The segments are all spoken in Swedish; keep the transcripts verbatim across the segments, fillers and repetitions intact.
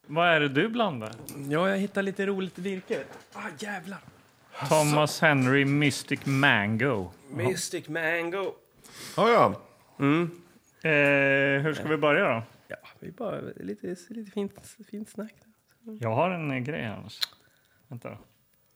Vad är det du blandar? Ja, jag hittar lite roligt virke. Ah, jävlar. Thomas Henry Mystic Mango. Mystic Mango. Ja, ja. Mm. Eh, hur ska vi börja då? Ja, vi bara lite, lite fint, fint snack. Jag har en eh, grej här. Alltså. Vänta då.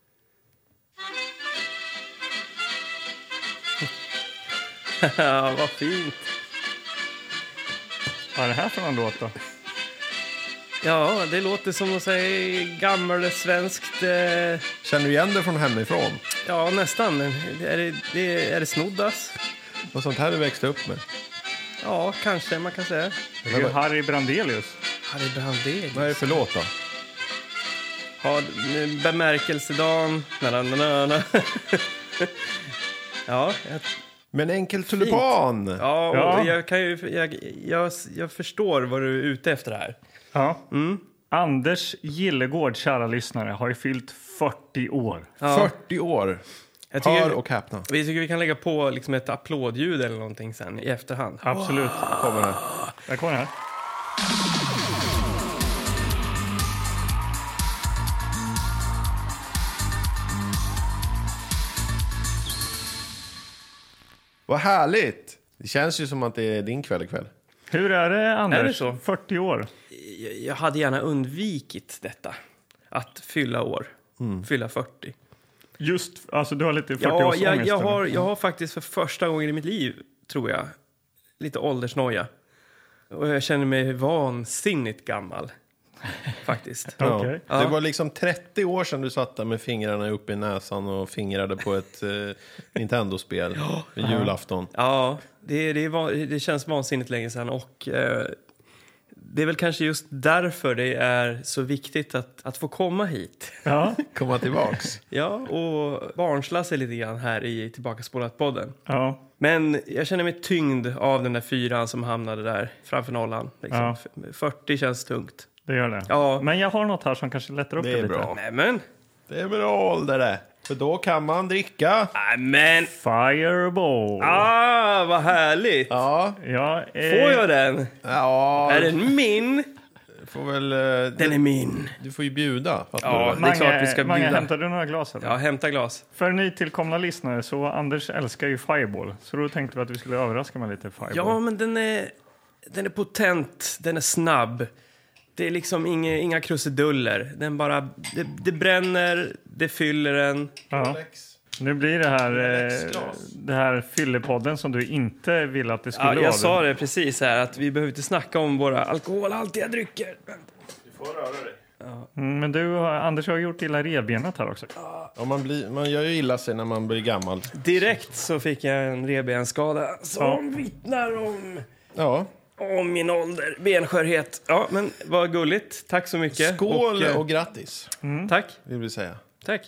Ja, vad fint. Vad är det här för någon låt då? Ja, det låter som att säga gammalt svenskt. Eh, Känner du igen det från hemifrån? ja, nästan. Är det, det, är det snoddas? Vad sånt här du växte upp med? Ja, kanske man kan säga. Det är ju Harry Brandelius. Harry Brandelius. Vad är det för låt då? Ja, bemärkelsedagen. Na, na, na, na. Ja, jag, Men enkel tulipan! ja, och Ja. jag kan ju jag, jag, jag förstår vad du är ute efter här. Ja. Mm. Anders Gillegård, kära lyssnare, har ju fyllt fyrtio år. Ja. fyrtio år. Jag Hör tycker, och häpna. vi tycker vi kan lägga på liksom ett applådljud eller någonting sen i efterhand. Absolut. Kommer det. Där kommer den här. Vad härligt! Det känns ju som att det är din kväll ikväll. Hur är det, Anders? Är det så? fyrtio år. Jag, jag hade gärna undvikit detta. Att fylla år. Fylla fyrtio. Just, alltså du har lite Ja, fyrtio-årsångest. jag, jag, eller? har, jag har faktiskt för första gången i mitt liv, tror jag, lite åldersnoja. Och jag känner mig vansinnigt gammal. Faktiskt. Ja. Okej. Ja. Det var liksom trettio år sedan du satt där med fingrarna upp i näsan och fingrade på ett eh, Nintendo-spel vid julafton. Ja, det, det, är, van- det känns vansinnigt länge sedan. Och eh, det är väl kanske just därför det är så viktigt att, att få komma hit. Ja, Komma tillbaks. Ja, och barnsla sig lite grann här i Tillbakaspolat-podden. ja. Men jag känner mig tyngd av den där fyran som hamnade där framför nollan. Liksom. Ja. F- fyrtio känns tungt. Det gör det. Ja. Men jag har något här som kanske lättar upp Det det, är lite. bra. Nämen. Det är bra ålder det. För då kan man dricka. Nämen. Fireball. Ah, vad härligt. Ja. Ja, eh, Får jag den? Ja. Är den min? Får väl, eh, Den är min. du får ju bjuda. Fattar Ja, du väl? det är Mange, klart vi ska Mange, bjuda. hämtar du några glas? Eller? Ja, hämta glas. För nytillkomna lyssnare så Anders älskar ju Fireball. Så då tänkte vi att vi skulle överraska med lite Fireball. Ja, men den är, den är potent. Den är snabb. Det är liksom inga, inga krusiduller. Den bara, det, det bränner, det fyller den. Ja. Nu blir det här, eh, det här fyllepodden som du inte ville att det skulle Ja, vara. jag sa det precis här att vi behöver inte snacka om våra alkoholhaltiga drycker. Du får röra dig. Mm, men du, Anders, har gjort illa revbenet här också. Ja, man, blir, man gör ju illa sig när man blir gammal. Direkt så fick jag en revbensskada som vittnar om, Ja. om min ålder, benskörhet. Ja, men vad gulligt. Tack så mycket. Skål och, eh, och grattis, Tack, vill vi säga. tack.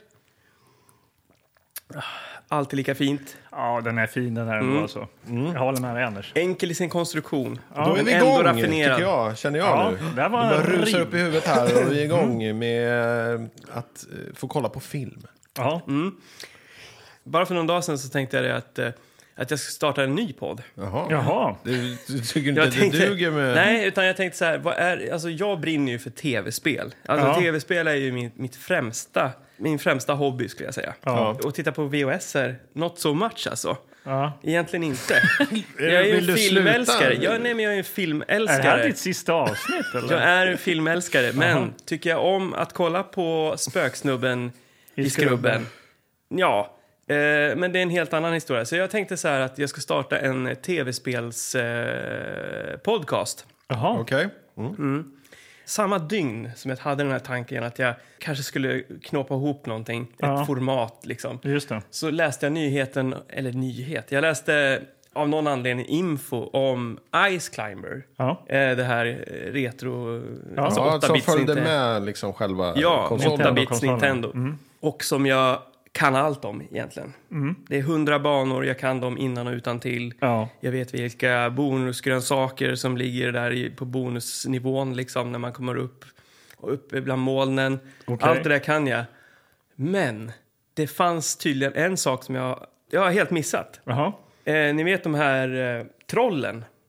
Alltid lika fint. Ja, den är fin den här ändå alltså. Jag håller med dig, Anders. Enkel i sin konstruktion. Då är men vi ändå igång, raffinerad. tycker jag. Känner jag Ja, nu. det Det var bara en rusar riv. upp i huvudet här och vi är igång med eh, att eh, få kolla på film. Ja. Bara för någon dag sedan så tänkte jag det att, eh, att jag ska starta en ny podd. Jaha. Jaha. Du, du tycker inte Jag att tänkte, det duger med... nej, utan jag tänkte så här, vad är, alltså jag brinner ju för tv-spel. Alltså Ja. tv-spel är ju min, mitt främsta, min främsta hobby skulle jag säga. Ja. Och titta på V H S-er, not so much alltså. Ja. Egentligen inte. Jag är ju Vill en du filmälskare. sluta? Ja, nej, men jag är en Är det här filmälskare. ditt sista avsnitt, eller? Jag är en filmälskare, men Aha. tycker jag om att kolla på Spöksnubben i, I skrubben. skrubben. Ja, eh, men det är en helt annan historia. Så jag tänkte så här att jag ska starta en tv-spels eh, podcast. Jaha. Okej. Mm. Samma dygn som jag hade den här tanken att jag kanske skulle knåpa ihop någonting, Ja. ett format liksom. Just det. Så läste jag nyheten, eller nyhet, jag läste av någon anledning info om Ice Climber. Ja. Eh, det här eh, retro, Ja. alltså Ja, åtta som bits följde Nintendo. med liksom själva Ja, konsolen. åtta bits Nintendo-konsolen. Nintendo. Mm. Och som jag kan allt om egentligen. Mm. Det är hundra banor, jag kan dem innan och utan till. Ja. Jag vet vilka bonusgrönsaker som ligger där i, på bonusnivån liksom, när man kommer upp, upp bland molnen. Okej. Allt det där kan jag. Men det fanns tydligen en sak som jag, jag har helt missat. Jaha. Eh, ni vet de här eh, trollen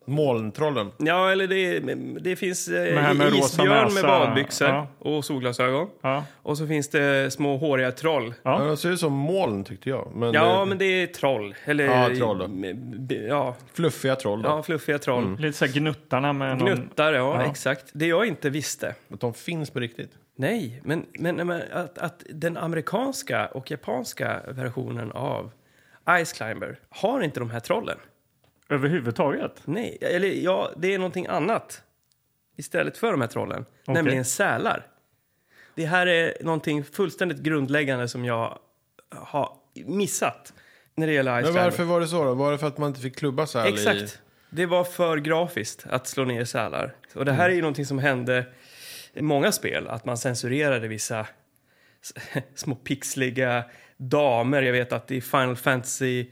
Molntrollen. Ja, eller det, det finns eh, här med rosa isbjörn näsa. med badbyxor Ja. och solglasögon. Ja. Och så finns det små håriga troll. Ja. Ja, de ser ut som moln tyckte jag. Men Ja, det, men det är troll. Eller, Ja, troll då. b- Ja, fluffiga troll då. ja, fluffiga troll. Lite så här gnuttarna med någon... Gnuttar, ja, Ja. exakt. Det jag inte visste. Att de finns på riktigt. Nej, men, men, men att, att den amerikanska och japanska versionen av Ice Climber har inte de här trollen. Överhuvudtaget? Nej, eller ja, det är någonting annat istället för de här trollen. Okej. Nämligen sälar. Det här är någonting fullständigt grundläggande som jag har missat när det gäller Ice Men Climber. varför var det så då? Var det för att man inte fick klubba säl i... Exakt. Det var för grafiskt att slå ner sälar. Och det här är ju någonting som hände i många spel. Att man censurerade vissa s- små pixliga damer. Jag vet att i Final Fantasy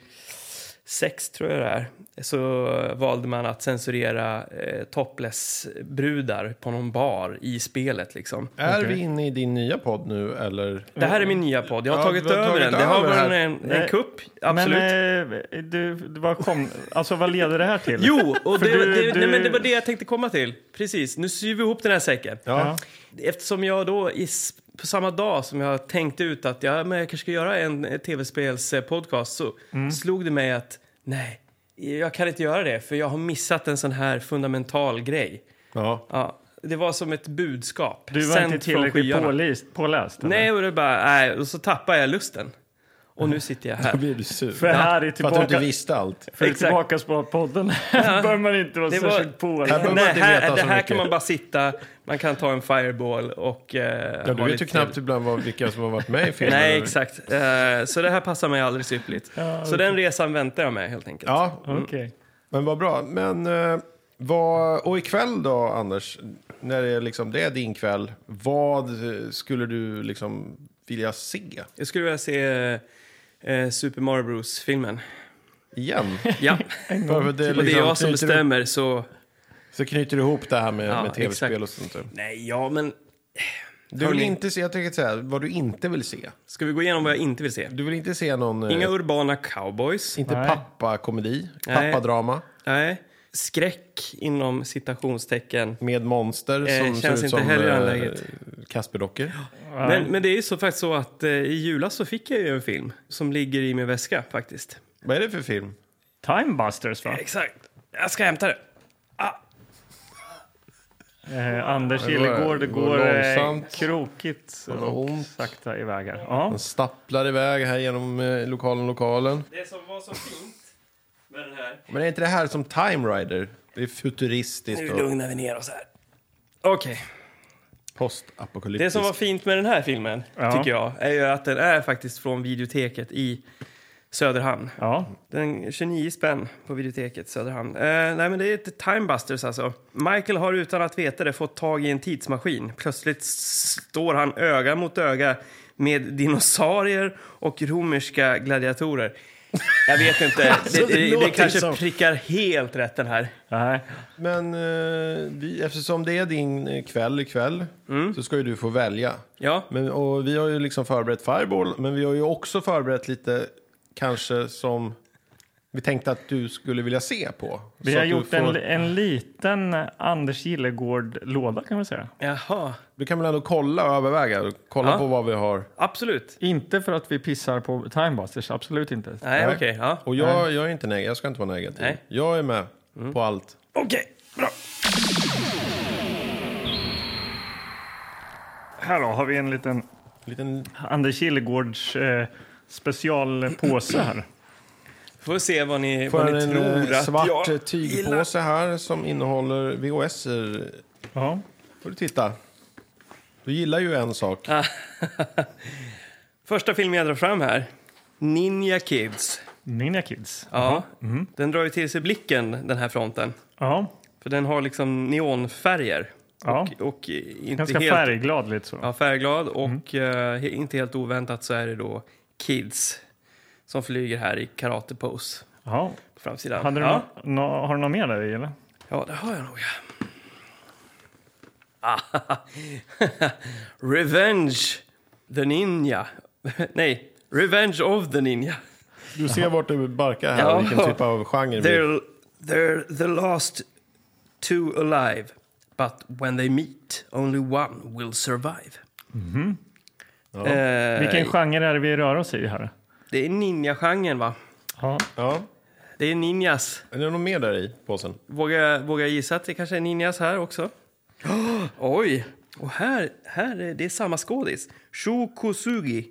sex tror jag det är. Så valde man att censurera eh, topless-brudar på någon bar i spelet liksom. Är Okej. vi inne i din nya podd nu eller? Det här är min nya podd. Jag har Ja, tagit du har över tagit den. Det har över varit här. en, en Nej. kupp, absolut. Men eh, du, du vad kom... Alltså vad leder det här till? Jo, och För det, du- det, du- Nej, men det var det jag tänkte komma till. Precis, nu syr vi ihop den här säcken. Ja. Eftersom jag då i, s- på samma dag som jag tänkte ut att ja, men jag kanske ska göra en eh, tv-spelspodcast så slog det mig att nej, jag kan inte göra det för jag har missat en sån här fundamental grej. Ja. Ja, det var som ett budskap. Du var sänt inte från tillräckligt skyarna. påläst, påläst? eller? Nej, och det bara, nej, och så tappade jag lusten. Och nu sitter jag Då här. blir du sur. För här är För att du tillbaka... inte visste allt. För Exakt. tillbaka på podden. Här bör man inte vara Det var- särskilt påläst. Här behöver man Nej, inte här, veta det så här mycket. kan man bara sitta, man kan ta en fireball och eh, Ja, du ha vet lite ju knappt trevligt. ibland vad, vilka som har varit med i filmen. Nej, eller? exakt. Eh, så det här passar mig alldeles ypperligt. Ja, Så den resan väntar jag med helt enkelt. Ja, Okej. men vad bra. Men eh, vad, och ikväll då, Anders, när det är, liksom, det är din kväll, vad eh, skulle du liksom vilja se Jag skulle vilja se eh, Super Mario Bros-filmen. igen? Ja, För det, är och det är liksom, jag som knyter du- bestämmer så... Så knyter du ihop det här med, Ja, med tv-spel exakt. och sånt där. Nej, ja, men... Du vill Hörni. inte se, jag tänker säga, vad du inte vill se. Ska vi gå igenom vad jag inte vill se? Du vill inte se någon, eh, Inga urbana cowboys. inte Nej. pappa-komedi, Nej. pappadrama Nej. Skräck inom citationstecken. med monster Eh, som känns ser ut inte som heller eh, angeläget. Kasperdockor. Men, men det är ju så faktiskt så att eh, i julas så fick jag ju en film som ligger i min väska faktiskt. Vad är det för film? Timebusters, va? Exakt. Jag ska hämta det. Ah. Eh, Anders Det går- Gillegård, det går går eh, långsamt. krokigt Man har och ont. sakta iväg här. Ja. Den stapplar iväg här genom eh, lokalen, lokalen. Det som var så fint med den här... Men är inte det här som Time Rider? Det är futuristiskt Nu och lugnar vi ner oss här. Okej. Det postapokalyptiskt. som var fint med den här filmen, Ja. tycker jag, är ju att den är faktiskt från videoteket i Söderhamn. Ja. Den är tjugonio spänn på videoteket Söderhamn. Eh, nej, men det är ett Timebusters alltså. Michael har utan att veta det fått tag i en tidsmaskin. Plötsligt står han öga mot öga med dinosaurier och romerska gladiatorer. Jag vet inte, Alltså, det, det det, det låter kanske som- prickar helt rätt den här. Nej. Men eh, vi, eftersom det är din eh, kväll ikväll så ska ju du få välja. Ja, Men, och vi har ju liksom förberett Fireball, men vi har ju också förberett lite kanske som vi tänkte att du skulle vilja se på. Vi Så har att du gjort får- en, en liten Anders Gillegård-låda, kan man säga. jaha. Du kan väl ändå kolla och överväga. Kolla Ja. på vad vi har. Absolut. Inte för att vi pissar på Timebusters, absolut inte. Nej, Nej. okej. ja. Och jag, jag är inte negativ. Jag ska inte vara negativ. Nej. Jag är med på allt. Okej, bra. Här då har vi en liten Liten, Anders Gillegårds eh, specialpåse här. Får se vad ni, får vad en, ni en tror eh, att svart jag jag tygpåse här som innehåller V H S. -er. Ja. Får du titta. Du gillar ju en sak. Första filmen jag drar fram här. Ninja Kids. Ninja Kids. Ja, den drar ju till sig blicken, den här fronten. Ja. För den har liksom neonfärger. Ja. Och, och inte Ganska helt... färgglad lite så. Ja, färgglad. Och eh, inte helt oväntat så är det då Kids som flyger här i karate-pose Ja. på framsidan. Hade du ja. nå- nå- har du något mer där i, eller? Ja, det har jag nog. Ah, Revenge the Ninja. Nej, Revenge of the Ninja. Du ser vart du barkar här. Ja. Vilken typ av genre det blir. They're, they're the last two alive, but when they meet, only one will survive. Mm-hmm. Ja. Eh, Vilken genre är det vi rör oss i här? Det är ninja-genren, va? Ja. Ja. Det är ninjas. Är det något mer där i påsen? Vågar våga gissa att det kanske är ninjas här också? Oh, oj! Och här, här är det är samma skådis. Sho Kosugi.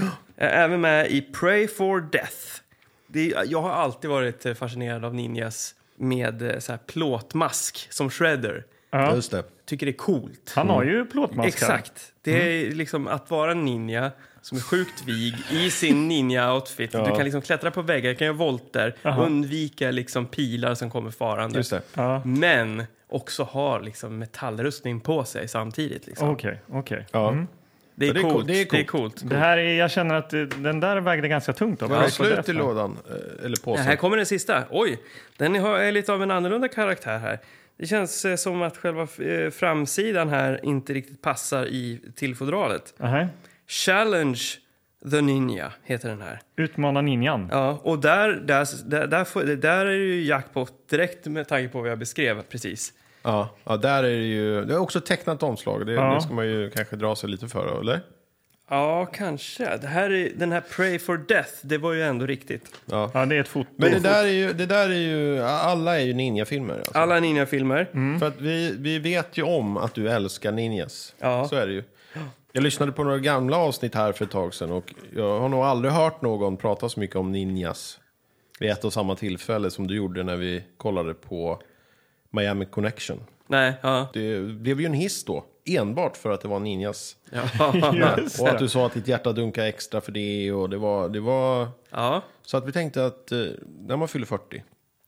Är även med i Pray for Death. Det är, jag har alltid varit fascinerad av ninjas med så här plåtmask som Shredder. Ja. Just det. Tycker det är coolt. Han har ju plåtmask. Exakt. Det är liksom att vara ninja som är sjukt vig i sin ninja-outfit. Ja. Du kan liksom klättra på väggar, kan göra volter, Aha. undvika liksom pilar som kommer farande. Just det. Ja. Men också har liksom metallrustning på sig samtidigt. Liksom. Okej, okej. Ja. Mm. Det, är det är coolt. coolt. Det är Det är coolt. coolt. Det här är, jag känner att det- den där vägde ganska tungt. Då. Var det Alltså, slut i det- lådan? eh, Eller Ja, påsen? här kommer den sista. Oj, den har- är lite av en annorlunda karaktär här. Det känns eh, som att själva eh, framsidan här inte riktigt passar i tillfodralet. Aha. Challenge the Ninja heter den här. Utmana ninjan. Ja, och där, där, där, där, får, där är det ju jackpot direkt med tanke på vad jag beskrev precis. Ja, ja, där är det ju... Det är också tecknat omslag. Det, Ja. det ska man ju kanske dra sig lite för, eller? Ja, kanske. Det här är, den här Pray for Death, det var ju ändå riktigt. Ja. Ja, det är ett foto. Men det där är ju... Det där är ju alla är ju ninjafilmer. Alltså. Alla ninja-filmer. För att vi, vi vet ju om att du älskar ninjas. Ja. Så är det ju. Jag lyssnade på några gamla avsnitt här för ett tag sedan. Och jag har nog aldrig hört någon prata så mycket om ninjas vid ett och samma tillfälle som du gjorde när vi kollade på Miami Connection. Nej, ja. Det blev ju en hiss då. Enbart för att det var ninjas. Ja. Just Och att det. du sa att ditt hjärta dunkade extra för det. Och det var... Det var... ja. Så att vi tänkte att eh, när man fyller fyrtio,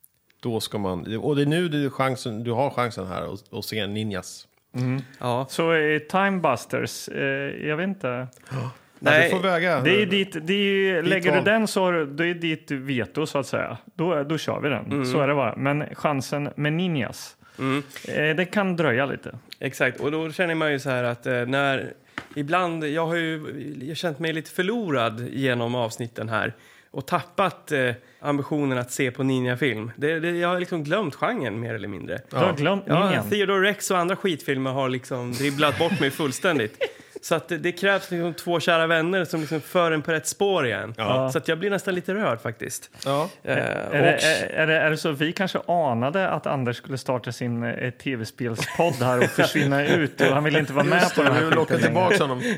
då ska man... Och det är nu du, chansen, du har chansen här att, att se ninjas. ja. Så eh, Time Busters, eh, jag vet inte. Nej. Du får väga. Det är ju dit, det är ju, lägger du val. den så har du- då är ditt veto så att säga. Då, då kör vi den. Så är det bara. Men chansen med ninjas, eh, det kan dröja lite. Exakt, och då känner man ju så här att eh, när... Ibland, jag har ju jag har känt mig lite förlorad genom avsnitten här. Och tappat eh, ambitionen att se på ninjafilm. Det, det, jag har liksom glömt genren mer eller mindre. Du har glömt Ja, ninjan. Theodore Rex och andra skitfilmer har liksom dribblat bort mig fullständigt. Så att det, det krävs liksom två kära vänner som liksom för en på rätt spår igen. Så att jag blir nästan lite rörd faktiskt. Ja. Eh, Är och, det, är, är, det, är det så vi kanske anade att Anders skulle starta sin eh, tv-spelspodd här och försvinna ut och han vill inte vara med på den här Du lockar skiten längre. tillbaka honom.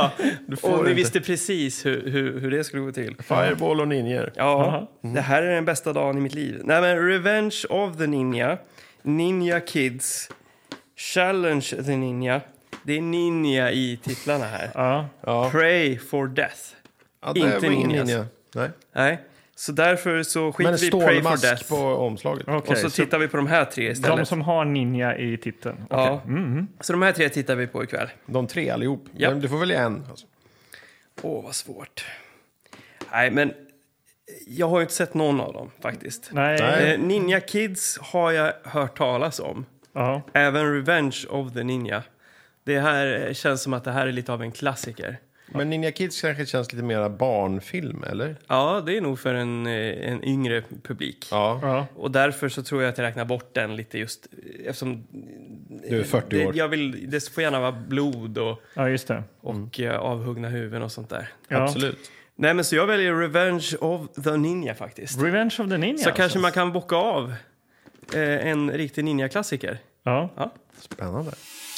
Du får och ni inte. visste precis hur, hur, hur det skulle gå till. Fireball och ninjor. Ja, det här är den bästa dagen i mitt liv. Nej, men Revenge of the Ninja, Ninja Kids, Challenge the Ninja. Det är ninja i titlarna här. Ja. Ja. Pray for Death. Ja, det Inte var ingen ninjas. ninja. Nej. Nej, så därför så skiter Men vi i Pray for stålmask Death. på omslaget. Okej, Och så tittar vi på de här tre de istället. som har ninja i titeln. Okej. Ja. Så de här tre tittar vi på ikväll. De tre allihop. Ja. Men du får välja en. Alltså. Åh, vad svårt. Nej, men jag har ju inte sett någon av dem faktiskt. Nej. Nej. Eh, Ninja Kids har jag hört talas om. Ja. Även Revenge of the Ninja. Det här känns som att det här är lite av en klassiker. Men Ninja Kids kanske känns lite mer barnfilm, eller? Ja, det är nog för en, eh, en yngre publik. Ja. Ja. Och därför så tror jag att jag räknar bort den lite just eftersom... Du är fyrtio år. Det, jag vill, det får gärna vara blod och, Ja, just det. och eh, avhuggna huvuden och sånt där. Ja. Absolut. Nej, men så jag väljer Revenge of the Ninja faktiskt. Revenge of the Ninja. Så kanske alltså. man kan bocka av eh, en riktig ninja-klassiker. Ja. Ja. Spännande.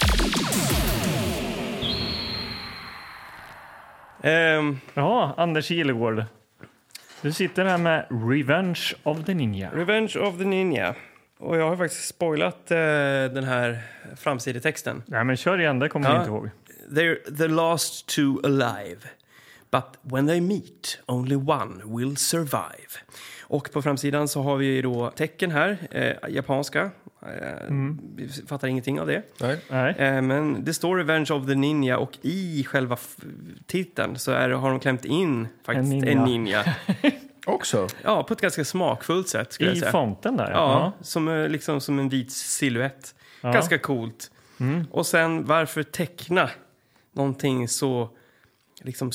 Ehm, Ja, Anders Gillegård. Du sitter här med Revenge of the Ninja. Revenge of the Ninja. Och jag har faktiskt spoilat eh, den här framsidetexten. Nej, men kör igen, det kommer Ja. jag inte ihåg. They're the last two alive. But when they meet, only one will survive. Och på framsidan så har vi då tecken här, eh, japanska. Eh, Vi fattar ingenting av det. Nej. Nej. Eh, men det står Revenge of the Ninja och i själva f- titeln så är, det- har de klämt in faktiskt En en ninja. ninja. Också? Ja, på ett ganska smakfullt sätt skulle jag I säga. fonten där. Ja, som, eh, liksom som en vit silhuett. Ja. Ganska coolt. Och sen varför teckna någonting så liksom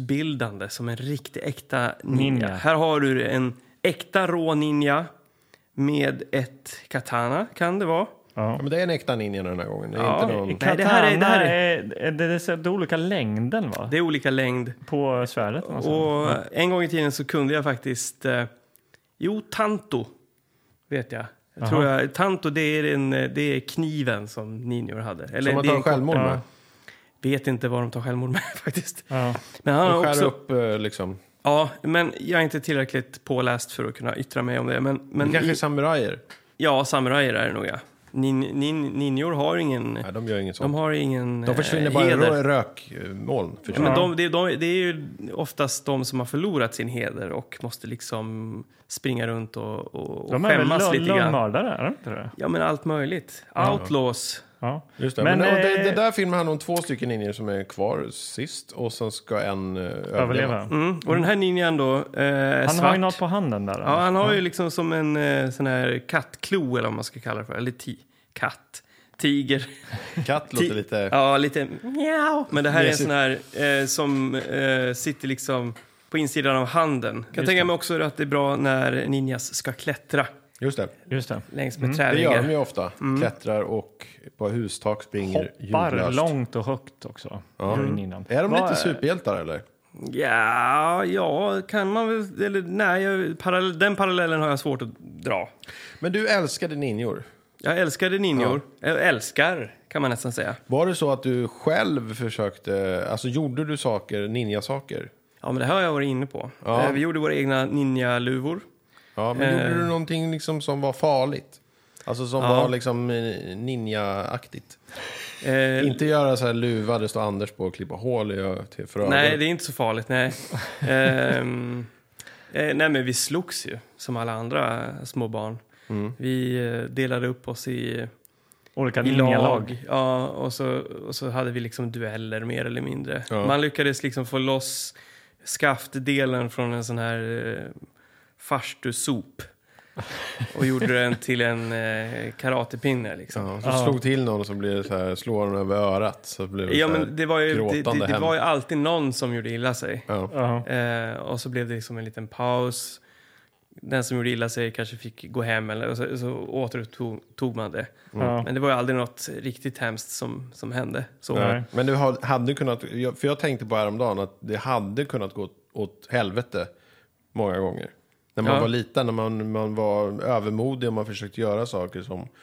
statusbildande som en riktig äkta ninja. Ninja. Här har du en äkta rå ninja med ett katana, kan det vara. Ja. Men det är en äkta ninja den här gången. Det är Ja. inte någon... Katana, Nej, det här är- det här är- är, är det, det är det olika längden, va? Det är olika längd. På svärdet. Alltså. Och en gång i tiden så kunde jag faktiskt... Eh, jo, tanto vet jag. Jag tror jag, tanto, det är, en, det är kniven som ninjor hade. Eller Som man det är tar en- självmord ja. med. Vet inte vad de tar självmord med faktiskt. Ja. Men han har Och skär också... upp eh, liksom. Ja, men jag är inte tillräckligt påläst för att kunna yttra mig om det. Men, men Det kanske är i, samurajer. ja, samurajer är det nog, ja. Nin, nin, ninjor har ingen... Nej, de gör inget sånt. De har ingen De försvinner eh, bara i heder. rö- rökmoln. Ja, Försvinner. men de, det, de, det är ju oftast de som har förlorat sin heder och måste liksom springa runt och, och, De och är väl skämmas lö- lite grann. lönnmördare, är de inte det? Ja, men allt möjligt. Outlaws. Ja. Just det. Men, Men, och det, eh, det där filmen handlar om två stycken ninjor som är kvar sist. Och sen ska en uh, överleva. Överleva. Mm. Och den här ninjan då, eh, Han svart. har ju något på handen där. Ja, han har ju liksom som en eh, sån här kattklo eller vad man ska kalla det för. Eller ti- katt. Tiger. Katt låter lite... Ja, lite mjau. Men det här är en Mesigt. sån här eh, som eh, sitter liksom på insidan av handen. Kan tänka mig också att det är bra när ninjas ska klättra Just det. Just det. längs med Det gör de trädringar. ju ofta. Klättrar och på hustak springer Hoppar ljudlöst. långt och högt också. Ja. Gör ju innan. Är de Vad lite superhjältar eller? Ja, ja, kan man väl... Eller nej, jag, parallell, den parallellen har jag svårt att dra. Men du älskade ninjor. Jag älskade ninjor. Jag älskar, kan man nästan säga. Var det så att du själv försökte... Alltså gjorde du saker, ninjasaker? Ja, men det här har jag varit inne på. Ja. Eh, Vi gjorde våra egna ninjaluvor. Ja, men Eh. gjorde du någonting liksom som var farligt? Alltså som Ja. var liksom eh, ninja-aktigt? Eh, Inte göra så här luva, det står Anders på och klippa hål i ö- till för ögat. Nej, det är inte så farligt, nej. Ehm, eh, nej, men vi slogs ju, som alla andra små barn. Mm. Vi eh, delade upp oss i, Olika i ninjalag. lag. Ja, och så, och så hade vi liksom dueller, mer eller mindre. Ja. Man lyckades liksom få loss skaftdelen från en sån här eh, farstusop. Och gjorde den till en eh, karatepinne, liksom. Ja, så Ja. slog till någon och så blev det så här, slår den över örat. Så blev det Ja, så här men det var ju, det, gråtande det, det hem. var ju alltid någon som gjorde illa sig. Ja. Ja. Eh, och så blev det liksom en liten paus. Den som gjorde illa sig kanske fick gå hem eller och så, så återupptog tog man det. Ja. Men det var ju aldrig något riktigt hemskt som, som hände. Så. Nej. Men det hade- hade kunnat, jag- för jag tänkte på häromdagen att det hade kunnat gå åt helvete många gånger. När man Ja. var liten, när man, man var övermodig och man försökte göra saker som... Eh,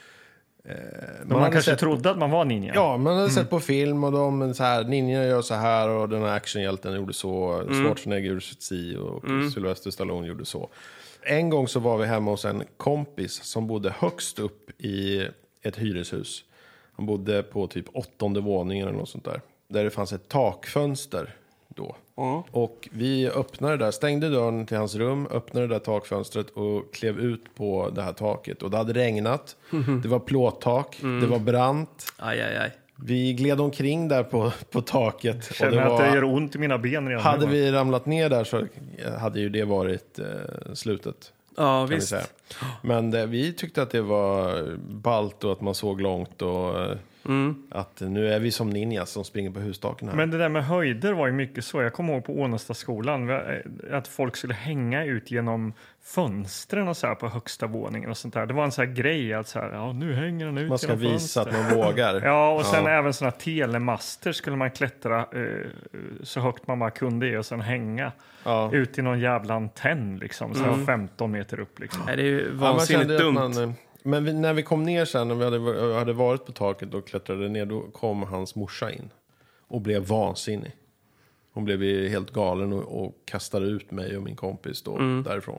Men man hade kanske sett, trodde att man var ninja. Ja, man hade sett på film och de men så här, ninja gör så här och den här actionhjälten gjorde så. Schwarzenegger gjorde si och Sylvester Stallone gjorde så. En gång så var vi hemma hos en kompis som bodde högst upp i ett hyreshus. Han bodde på typ åttonde våningen eller något sånt där. Där det fanns ett takfönster då. Och vi öppnade där, stängde dörren till hans rum, öppnade det där takfönstret och klev ut på det här taket. Och det hade regnat, det var plåttak, det var brant. Aj, aj, aj. Vi gled omkring där på, på taket. Och Känner det att det var, gör ont i mina ben redan. hade nu. vi ramlat ner där så hade ju det varit eh, slutet. Ja, Kan vi visst. säga. Men det, vi tyckte att det var ballt och att man såg långt och eh, att nu är vi som ninjas som springer på hustaken här. Men det där med höjder var ju mycket så. Jag kommer ihåg på Ånestaskolan att folk skulle hänga ut genom fönstren och så här på högsta våningen och sånt där. Det var en sån här grej att så här, ja, nu hänger den ut man ska genom visa fönstret. att man vågar. Ja, och sen även såna telemaster skulle man klättra eh, så högt man bara kunde i och sen hänga Ja. ut i någon jävla antenn liksom, så här femton meter upp liksom. Nej, det är ju Ja, man vansinnigt kände att dumt. man, eh, men vi, när vi kom ner sen, när vi hade, hade varit på taket och klättrade ner, då kom hans morsa in och blev vansinnig. Hon blev ju helt galen och, och kastade ut mig och min kompis då, därifrån.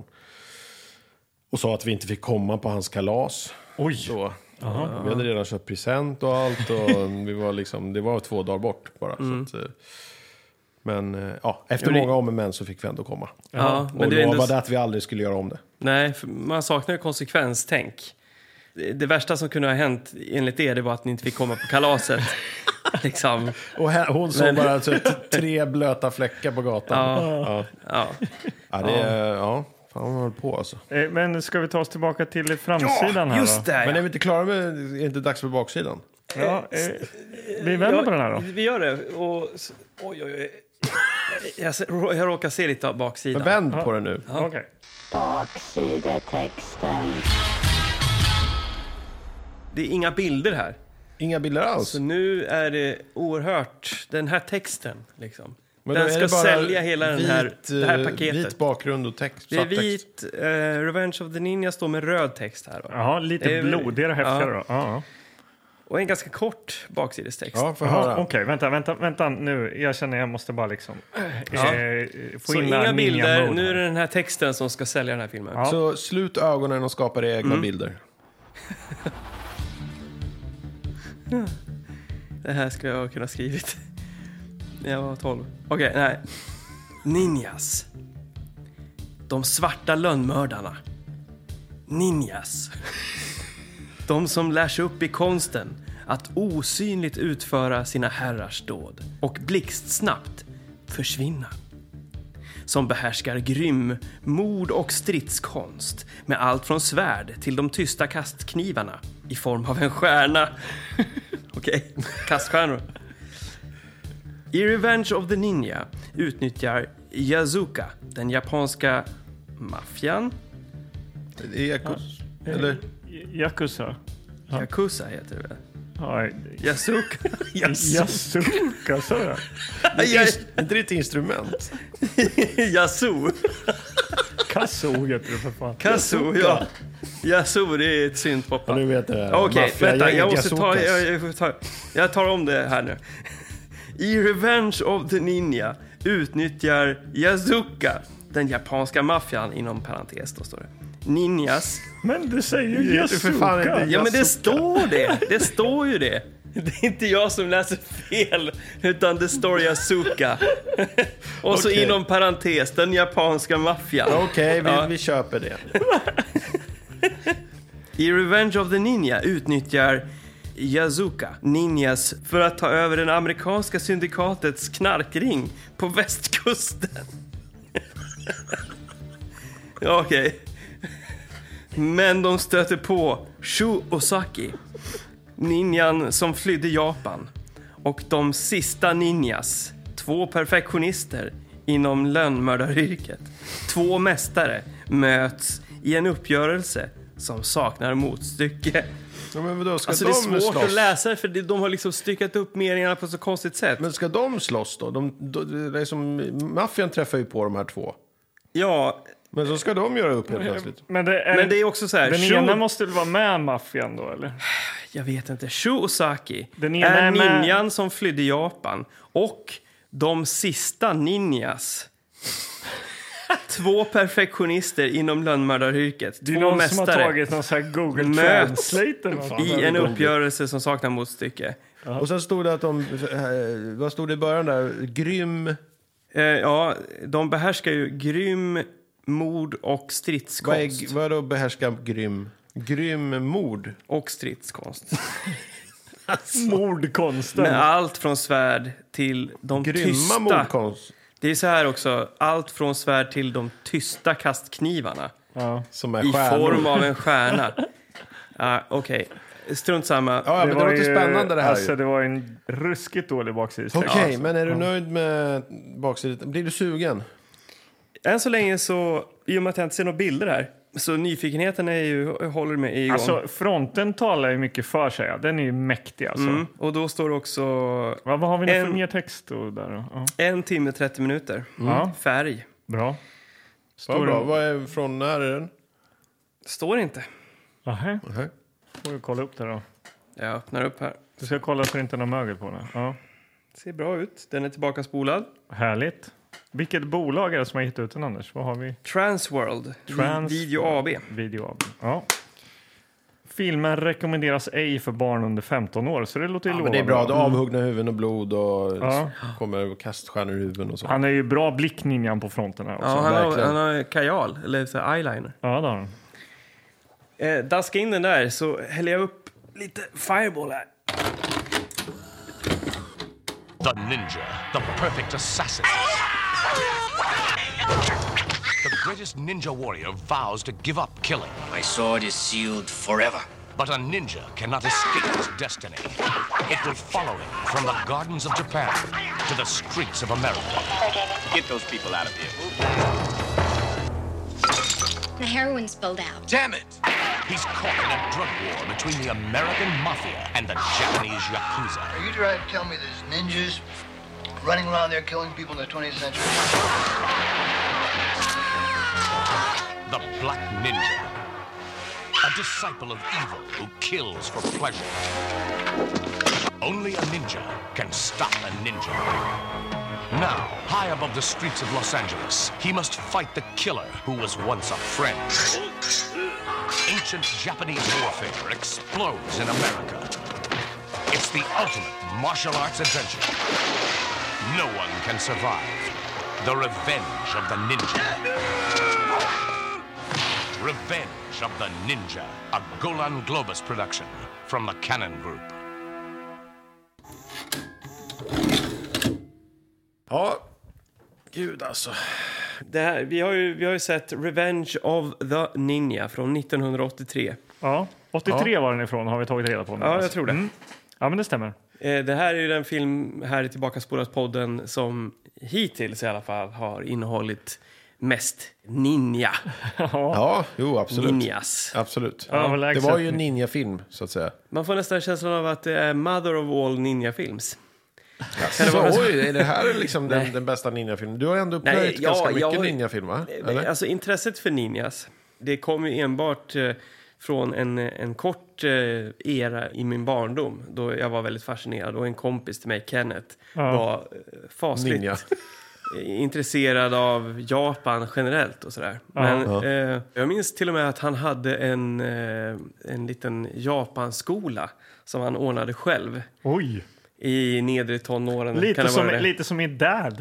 Och sa att vi inte fick komma på hans kalas. Oj! Då. Ja, vi hade redan köpt present och allt och vi var liksom, det var två dagar bort bara. Så att, eh, men eh, ja, efter Jo, det- många om och men så fick vi ändå komma. Ja, men och det är ändå... lovade att vi aldrig skulle göra om det. Nej, för man saknar ju konsekvenstänk. Det, det värsta som kunde ha hänt enligt er, det var att ni inte fick komma på kalaset. liksom. Och här, hon såg Men- bara alltså, t- tre blöta fläckar på gatan. Ja. Ja, Ja. ja det är, ja, fan vad man höll på alltså. Eh, Men ska vi ta oss tillbaka till framsidan här just då? det! Men är Ja. vi inte klara med, är det inte dags för baksidan? Ja, eh, vi vänder på den här då. Vi gör det. Och, oj, oj, oj. Jag, ser- jag råkar se lite av baksidan. Men vänd på det nu. Okej. Baksidetexten. det är inga bilder här. Inga bilder alls? Så nu är det oerhört, den här texten liksom. Men den ska sälja hela vit, den här, det här paketet. Vit bakgrund och text. Det är vit, uh, Revenge of the Ninja står med röd text här. Va? Ja, lite är, blodigare häftigare ja. då. Ja. Och en ganska kort baksidestext. Ja, för höra. Okej, okay, vänta, vänta, vänta nu. Jag känner jag måste bara liksom ja. eh, få så in inga bilder, mode. nu är det den här texten som ska sälja den här filmen. Ja. Så slut ögonen och skapa egna mm. bilder. Det här skulle jag kunna skrivit när jag var tolv. Okej, okay, nej. Ninjas. De svarta lönnmördarna. Ninjas. De som lär sig upp i konsten att osynligt utföra sina herrars dåd och blixtsnabbt försvinna. Som behärskar grym mord och stridskonst med allt från svärd till de tysta kastknivarna i form av en stjärna. Okej, okay. Kaststjärnor. I Revenge of the Ninja utnyttjar Yazuka, den japanska maffian. Yakuza. Eller? Yakuza. Ja. Yakuza heter det. Ja, Yazuka. Yazuka, så är det. Inte ett instrument. Yasu. Kazoo heter det för fan. Kazoo, ja. Yasu, det är ett syntpop. Ja, du vet det. Okej, okay, vänta. Jag måste ta jag, jag, ta... jag tar om det här nu. I Revenge of the Ninja utnyttjar Yazuka, den japanska maffian, inom parentes då står det. Ninjas. Men du säger ju Yazuka. Ja, men det står det. Det står ju det. Det är inte jag som läser fel, utan det står Yazuka. Och okay. Så inom parentes, den japanska maffian. Okej, okay, vi, ja. vi köper det. I Revenge of the Ninja utnyttjar Yazuka ninjas för att ta över den amerikanska syndikatets knarkring på västkusten. Ja, okej. Okay. Men de stöter på Shu Osaki, ninjan som flydde Japan, och de sista ninjas, två perfektionister inom lönnmördaryrket. Två mästare möts i en uppgörelse som saknar motstycke. Ja, men då ska alltså de det är svårt slåss? att läsa, för de har liksom styckat upp meningarna på så konstigt sätt. Men ska de slåss då? De, de, det är som, maffian träffar ju på de här två. Ja. Men så ska de göra upp helt plötsligt. Men det är, men det är också så här. Den Shu... ena måste väl vara med maffian då, eller? Jag vet inte. Shu Osaki den ena är, är med... ninjan som flydde Japan. Och de sista ninjas. Två perfektionister inom lönnmördaryrket. Det är två någon mästare som har tagit någon sån här Google möts Translate i en uppgörelse som saknar motstycke. Ja. Och sen stod det att de, vad stod det i början där? Grym... Eh, ja, de behärskar ju grym mord och stridskonst. Vad är, vad är då behärska grym? Grym mord? Och stridskonst. Alltså. Mordkonsten. Med allt från svärd till de Grymma tysta... mordkonst. Det är så här också, allt från svärd till de tysta kastknivarna. Ja. Som är i stjärnor. form av en stjärna. uh, Okej, okay. Strunt samma. Ja, men det, det låter ju spännande det här. Alltså, ju. det var en ruskigt dålig baksida. Okej, okay, alltså. men är du nöjd med baksidan? Blir du sugen? Än så länge så, i och med att jag inte ser några bilder här, så nyfikenheten är ju, håller mig igång. Alltså, fronten talar ju mycket för sig. Den är ju mäktig alltså. Mm, och då står det också... Ja, vad har vi en, för mer text då, där? Ja. En timme, trettio minuter. Mm. Färg. Bra. Står bra. Vad är från, när är den? Står inte. Nähä. Uh-huh. Får vi kolla upp det då. Jag öppnar upp här. Du ska kolla så det inte är någon mögel på den. Ja. Ser bra ut. Den är tillbaka spolad. Härligt. Vilket bolag är det som har gett ut den, Anders? Vad har vi? Transworld. Trans Video A B. Video A B. Ja. Filmen rekommenderas ej för barn under femton år, så det låter ju ja, lovande. Men det är bra. Det är avhuggna huvuden och blod och ja. kommer kaststjärnor i huvuden och så. Han är ju bra blickninjan på fronten här också. Ja, han har, han har kajal, eller så eyeliner. Ja, det har han. Eh, daska in den där, så häller jag upp lite fireball här. The ninja, the perfect assassin. The greatest ninja warrior vows to give up killing. My sword is sealed forever. But a ninja cannot escape his destiny. It will follow him from the gardens of Japan to the streets of America. Get those people out of here. The heroin spilled out. Damn it! He's caught in a drug war between the American mafia and the Japanese yakuza. Are you trying to tell me there's ninjas running around there killing people in the twentieth century? The Black Ninja. A disciple of evil who kills for pleasure. Only a ninja can stop a ninja. Now, high above the streets of Los Angeles, he must fight the killer who was once a friend. Ancient Japanese warfare explodes in America. It's the ultimate martial arts adventure. No one can survive. The Revenge of the Ninja. Revenge of the Ninja, a Golan Globus production from the Cannon Group. Ja, gud alltså. Det här, vi, har ju, vi har ju sett Revenge of the Ninja från nittonhundraåttiotre. Ja, åttiotre Ja. var den ifrån, har vi tagit reda på nu. Ja, jag tror det. Mm. Ja, men det stämmer. Eh, Det här är ju den film här i Tillbaka spolat-podden som hittills i alla fall har innehållit mest ninja. Ja, jo, absolut. Ninjas. Absolut. Ja, Det överlägset. var ju en ninja-film, så att säga. Man får nästan känslan av att det är mother of all ninja-films. Så, oj, är det här liksom den, den bästa ninja-filmen? Du har ändå Nej, plöjt ja, ganska mycket jag- ninja-film, va? Eller? Alltså intresset för ninjas, det kom ju enbart eh, från en, en kort eh, era i min barndom då jag var väldigt fascinerad och en kompis till mig, Kenneth, Ja. var eh, fasligt Ninja. intresserad av Japan generellt och sådär. Men Ja. eh, jag minns till och med att han hade en, eh, en liten Japanskola som han ordnade själv Oj, i nedre tonåren. Kan lite det som, vara det? lite som i Dad.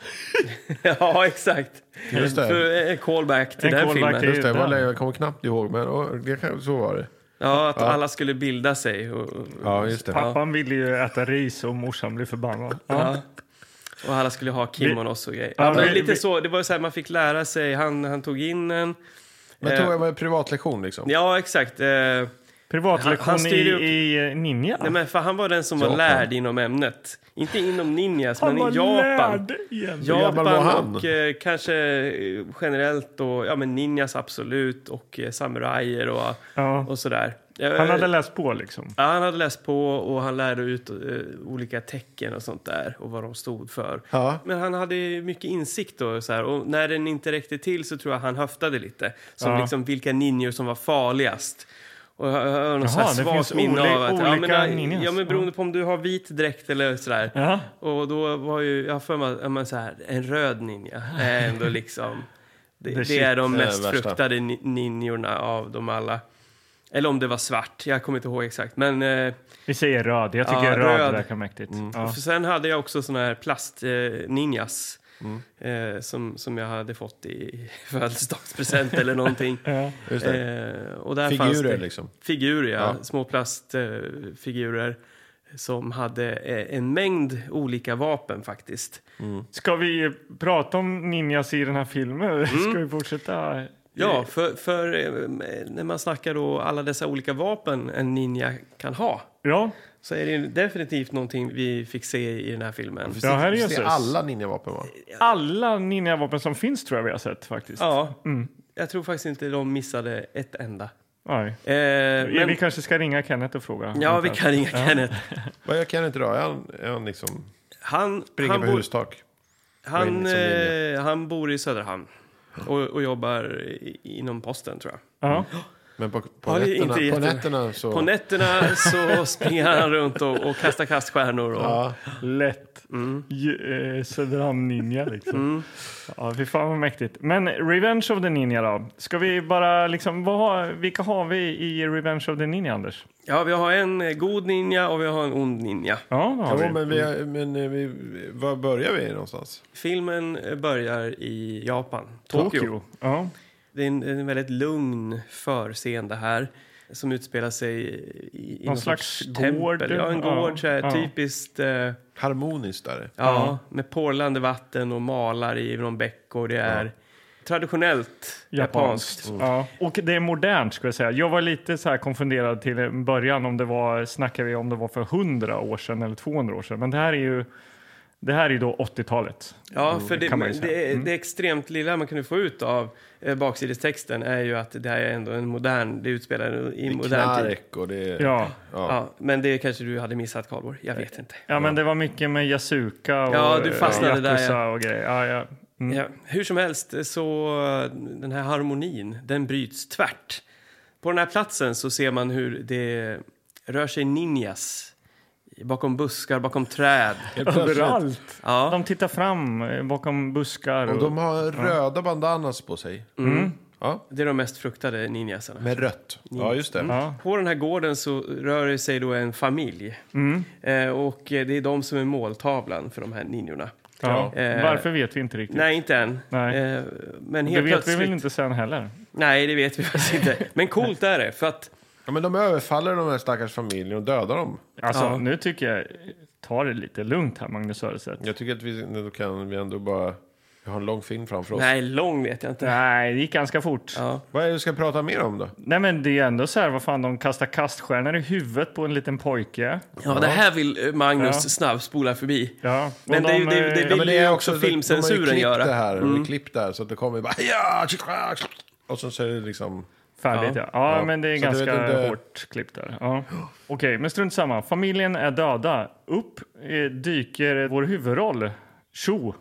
Ja, exakt. Just det. För en callback till En den callback filmen. till- Just det, den. jag kommer knappt ihåg, men åh, det kan, så var det. Ja, att Ja. alla skulle bilda sig. Och, och, Ja, just det. Pappan ville ju äta ris och morsan blev förbannad. Ja. ja. Och alla skulle ha kimonos och grejer. Ja, Ja, men vi- lite vi- så, det var så här, man fick lära sig. Han, han tog in en... Men eh, tog jag med privatlektion liksom? Ja, exakt. Eh, Privatlektion Han- han styr upp- i, i Ninja. nej, men för han var den som var Japan. lärd inom ämnet. Inte inom ninjas, men i Japan. lärd igen. Ja. gammal var Japan han? och eh, kanske eh, generellt och, ja, men ninjas absolut och eh, samurajer och, Ja. och sådär. Eh, Han hade läst på liksom. Ja, han hade läst på och han lärde ut eh, olika tecken och sånt där och vad de stod för. Ja. Men han hade mycket insikt och så här, och när den inte räckte till så tror jag han höftade lite. Som Ja. liksom vilka ninjor som var farligast. Och jag har någon så Jaha, här det svagt finns minne oli- av att, ja, olika men, ninjas. ja, men beroende på om du har vit dräkt eller sådär. Ja. Och då var ju, jag har för mig, ja, men så här, en röd ninja är ändå liksom, det, The det shit. är de Det är mest värsta. fruktade ni- ninjorna av dem alla. Eller om det var svart, jag kommer inte ihåg exakt. Men eh, Vi säger röd. Jag tycker Ja, röd, röd. verkar mäktigt. Ja. för sen hade jag också såna här plast-ninjas. Eh, som, som jag hade fått i födelsedagspresent eller någonting. Ja. Just det. Eh, och där fanns Figurer det, liksom. Figurer, ja. Ja. Små plastfigurer som hade eh, en mängd olika vapen faktiskt. Ska vi prata om ninjas i den här filmen? Ska vi fortsätta? Ja, för, för eh, när man snackar då alla dessa olika vapen en ninja kan ha, Ja, så är det ju definitivt någonting vi fick se i den här filmen. ja här är Det är Jesus. alla ninjavapen, va? Alla ninjavapen som finns tror jag vi har sett faktiskt. Ja, jag tror faktiskt inte de missade ett enda. Nej. Eh, Vi men, kanske ska ringa Kenneth och fråga. ja, vi kan ringa Kenneth. Vad jag kan inte då? Är han, är han liksom Han, springer han, på bor, hustak? han, Går in som ninja. eh, han bor i Söderhamn och, och jobbar i, inom posten, tror jag. Ja. Men på, på, Ja, det är nätterna, inte på jätte- nätterna så... På nätterna så springer han runt och, och kastar kaststjärnor. Och, Ja, Lätt. J- eh, Söderhamn Ninja liksom. Ja, fy fan vad mäktigt. Men Revenge of the Ninja då? Ska vi bara liksom, vad har, vilka har vi i Revenge of the Ninja, Anders? ja, vi har en eh, god ninja och vi har en ond ninja. Ja, vad har jo, vi? men, vi, men eh, vi, var börjar vi någonstans? Filmen eh, börjar i Japan, Tokyo. Tokyo. Ja. Det är en, en väldigt lugn förscen här som utspelar sig i, i någon slags sorts gård. tempel. Ja, en Ja, gård, så här, ja. typiskt... Eh, Harmoniskt där. ja, med porlande vatten och malar i någon bäck och det är traditionellt japanskt. Japanskt. Ja. Och det är modernt, ska jag säga. Jag var lite så här konfunderad till en början om det var, snackar vi om det var för hundra år sedan eller tvåhundra år sedan. Men det här är ju Det här är ju då åttiotalet. Ja, för det, kan man ju det, säga. det, Mm. det extremt lilla man kunde få ut av eh, baksidestexten är ju att det här är ändå en modern, det utspelar i Det är modern tid. knark och det är... Ja. Ja, men det kanske du hade missat, Carlborg. Jag vet inte. ja, men det var mycket med Yasuka och Ja, du fastnade eh, där, Yakuza ja. och grejer. Ja, ja. Mm. Ja, hur som helst, så eh, den här harmonin, den bryts tvärt. På den här platsen så ser man hur det rör sig ninjas bakom buskar, bakom träd. Helt plötsligt. Överallt. Ja. De tittar fram eh, bakom buskar. Och de har röda bandanas på sig. Mm. Ja, Det är de mest fruktade ninjasarna. med rött. Ja, just det. Ja. På den här gården så rör det sig då en familj. Mm. Eh, och eh, det är de som är måltavlan för de här ninjorna. Ja. Eh, Varför vet vi inte riktigt. Nej, inte än. Nej. Eh, men det helt vet plötsligt... vi väl inte sen heller. Nej, det vet vi faktiskt inte. Men coolt är det, för att... Ja, men de överfaller de här stackars familjen och dödar dem. Alltså, Ja. nu tycker jag, ta det lite lugnt här, Magnus Söderstedt. Jag tycker att vi, nu kan vi ändå bara... Vi har en lång film framför oss. Nej, lång vet jag inte. Nej, det gick ganska fort. Ja. Vad är det vi ska prata mer om då? Nej, men det är ändå så här, vad fan, de kastar kaststjärnor i huvudet på en liten pojke. Ja, det här vill eh, Magnus Ja. snabbspola förbi. Ja. Men och det är ju- de, det- det eh, vill- men ju också filmcensuren de har ju klippt göra. det här. Mm. De har klippt där så att det kommer bara... Ja, och så, så är det liksom... Färdigt, ja. Ja, Ja. men det är Så du ganska vet inte- hårt klippt där. Ja. Okej, men strunt samma. Familjen är döda. Upp eh, dyker vår huvudroll, Cho.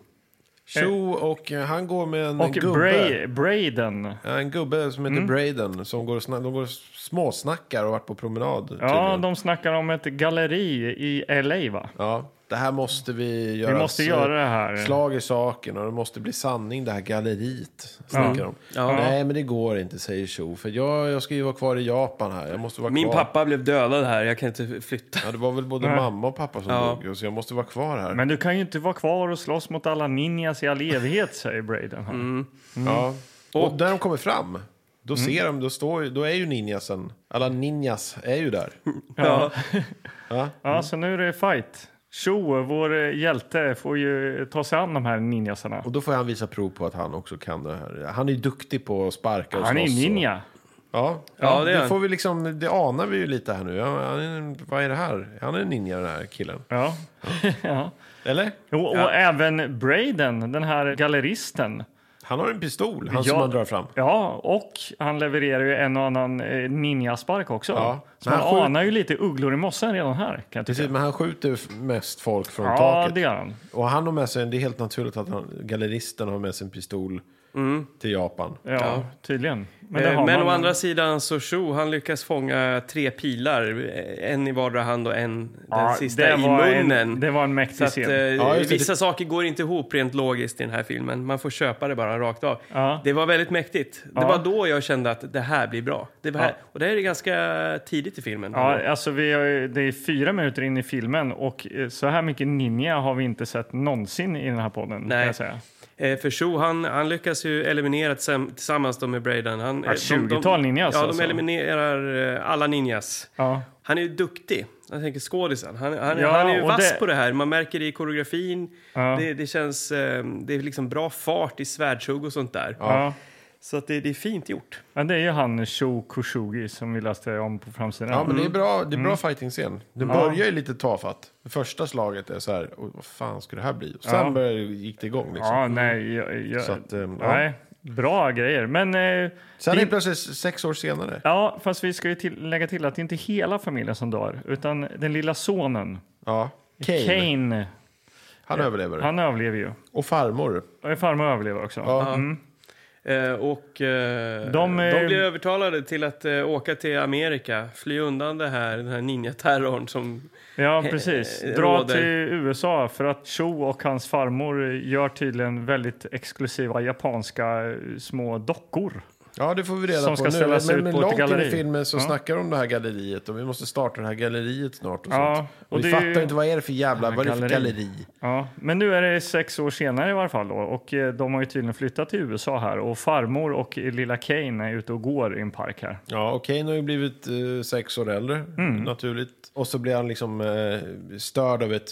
Tjo, och eh, han går med en Och gubbe. Bra- Braden. Ja, en gubbe som heter Mm. Braden. Som går och, sna- de går och småsnackar och varit på promenad. Ja, tydligen. de snackar om ett galleri i L A, va? Ja, det här måste vi göra. Vi måste göra det här. Slag i saken och det måste bli sanning, det här galleriet. Snackar de. Ja. Nej, men det går inte, säger Cho. För jag, jag ska ju vara kvar i Japan här. Jag måste vara Min kvar. pappa blev dödad här, jag kan inte flytta. Ja, det var väl både Nej. mamma och pappa som Ja. dog. Så jag måste vara kvar här. Men du kan ju inte vara kvar och slåss mot alla ninjas i all evighet, säger Braden. Här. Mm. Ja. Och, Och- när de kommer fram, då Mm. ser de, då, står, ju- då är ju ninjasen. Alla ninjas är ju där. Ja. Ja. Ja, så nu är det fight. Cho, vår eh, hjälte, får ju ta sig an de här ninjasarna. Och då får han visa prov på att han också kan det här. Han är ju duktig på att sparka och Han är slåss. och- ninja. Ja, Ja, ja det är det, han. får vi liksom, det anar vi ju lite här nu. Ja, han är, en- vad är det här? Han är en ninja, den här killen. Ja. ja. Eller? Och, och Ja. även Braden, den här galleristen. Han har en pistol, han Ja. som han drar fram. Ja, och han levererar ju en och annan eh, ninjaspark också. Ja, Så men man han skjut- anar ju lite ugglor i mossen redan här, kan jag Precis, tycka. men han skjuter f- mest folk från Ja, taket. det gör han. Och han har med sig, det är helt naturligt att han, galleristen har med sig en pistol till Japan. Ja, Ja. tydligen. Men, det Eh, har Men man... å andra sidan så Cho, han lyckas fånga tre pilar. eh, En i vardera hand och en, den Ja, sista det i var munnen. En, det var en Så mäktig att, scen. eh, Ja, just det. vissa saker går inte ihop rent logiskt i den här filmen. Man får köpa det bara rakt av. Ja. Det var väldigt mäktigt. Det Ja. var då jag kände att det här blir bra. Det var Ja. här, och det här är ganska tidigt i filmen. Ja, alltså vi har, ju- det är fyra minuter in i filmen och eh, så här mycket ninja har vi inte sett någonsin i den här podden. Nej. Kan jag säga. Eh, för Cho, han, han lyckas ju eliminera tillsam- tillsammans då med Braden. Han, Ja, eh, de- tjugotal ninjas Ja, alltså. de eliminerar eh, alla ninjas. Ja. Han är ju duktig. Jag tänker skådisen. Han, han, Ja, han är ju och vass det- på det här. Man märker det i koreografin. Ja. Det, det känns... eh, Det är liksom bra fart i svärdshugg och sånt där. Ja. Så att det, det är fint gjort. Ja, det är ju han Sho Kushugi som vi läste om på framsidan. Ja, men det är bra, det är bra fighting-scen. Det Mm. Ja. börjar ju lite tafatt. Det första slaget är så här, "Oj, vad fan ska det här bli? Och sen Ja. börjar, gick det igång liksom. Ja, nej. Jag, jag, Så att, ehm, ja. nej. Bra grejer. Men eh, Sen det- är det plötsligt sex år senare. ja, fast vi ska ju till, lägga till att det inte är hela familjen som dör, utan den lilla sonen, Ja. Kane, Kane, han överlever. han överlever ju. Och farmor. Och farmor överlever också. Ja. Mm. Eh, och eh, De, de, eh, blir övertalade till att eh, åka till Amerika. Fly undan det här, den här ninja-terrorn som... Ja, precis. Eh, Dra råder. till U S A för att Cho och hans farmor gör tydligen väldigt exklusiva japanska eh, små dockor. Ja, det får vi reda Som på ska nu. ställas Men, ut men på ett långt in galleri. i filmen så Ja. snackar de om det här galleriet och vi måste starta det här galleriet snart och Ja, sånt. Och, och vi det är fattar ju- inte vad är det för jävla, Ja, vad är det för galleri. galleri? Ja, men nu är det sex år senare i varje fall då, och eh, de har ju tydligen flyttat till U S A här och farmor och lilla Kane är ute och går i en park här. Ja, och Kane har ju blivit eh, sex år äldre, Mm. naturligt. Och så blir han liksom eh, störd av ett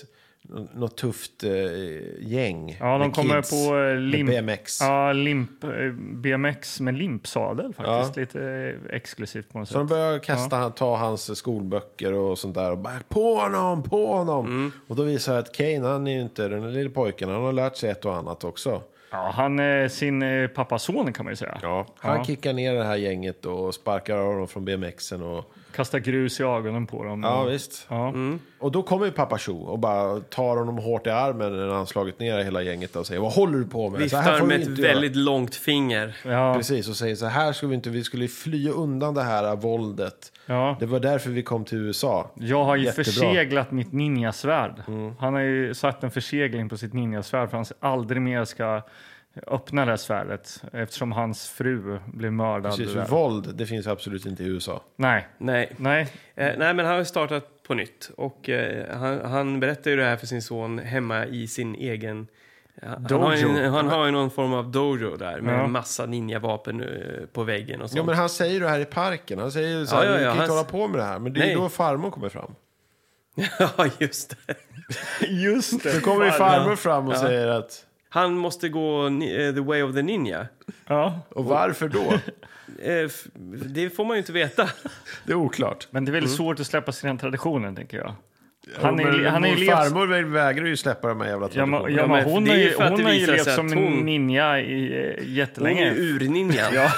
något tufft eh, gäng. Ja, de kommer kids, på eh, limp, B M X. Ja, limp, eh, B M X med limpsadel faktiskt. Ja. Lite eh, exklusivt på något Så sätt. de börjar kasta, ja. ta hans skolböcker och sånt där och bara på honom, på honom. Mm. Och då visar jag att Kane, han är ju inte den lilla pojken, han har lärt sig ett och annat också. Ja, han är sin eh, pappas son kan man ju säga. Ja, han Ja. kickar ner det här gänget och sparkar av dem från B M Xen och... Kastar grus i ögonen på dem. Ja, och, visst. Ja. Mm. Och då kommer ju pappa Cho och bara tar honom hårt i armen när han slagit ner hela gänget och säger, vad håller du på med? Så här Viftar får med vi ett inte väldigt göra. långt finger. Ja. Precis, och säger så här ska vi inte, vi skulle fly undan det här våldet. Ja. Det var därför vi kom till U S A. Jag har ju Jättebra. förseglat mitt ninjasvärd. Mm. Han har ju satt en försegling på sitt ninjasvärd för att han aldrig mer ska öppna det här svärdet eftersom hans fru blev mördad. Precis, för där. våld, det finns absolut inte i U S A. Nej, Nej. nej. Eh, nej, men han har startat på nytt. Och eh, han, han berättar ju det här för sin son hemma i sin egen... Han Dojo. har, ju, en- han har ju någon form av dojo där med Ja. en massa ninjavapen eh, på väggen och sånt. Ja, men han säger det här i parken. Han säger ju så här, Ja, ja, vi ja, kan inte han- hålla på med det här. Men det är Nej. ju då farmor kommer fram. Ja, just det. Just det. Då kommer ju farmor fram och säger att, Han måste gå ni- eh, the way of the ninja. Ja. och varför då? Eh, f- det får man ju inte veta. Det är oklart. Men det är väldigt svårt att släppa sina traditioner, tänker jag. Han Han är, är, han är ju levt... farmor vä- vägrar ju släppa de här jävla Ja, men, traditionerna. ja, men men hon det är har ju ju, för att hon det har ju visar levt sig som att en hon- ninja i, eh, Hon är jättelänge. ju urninjan. Ja.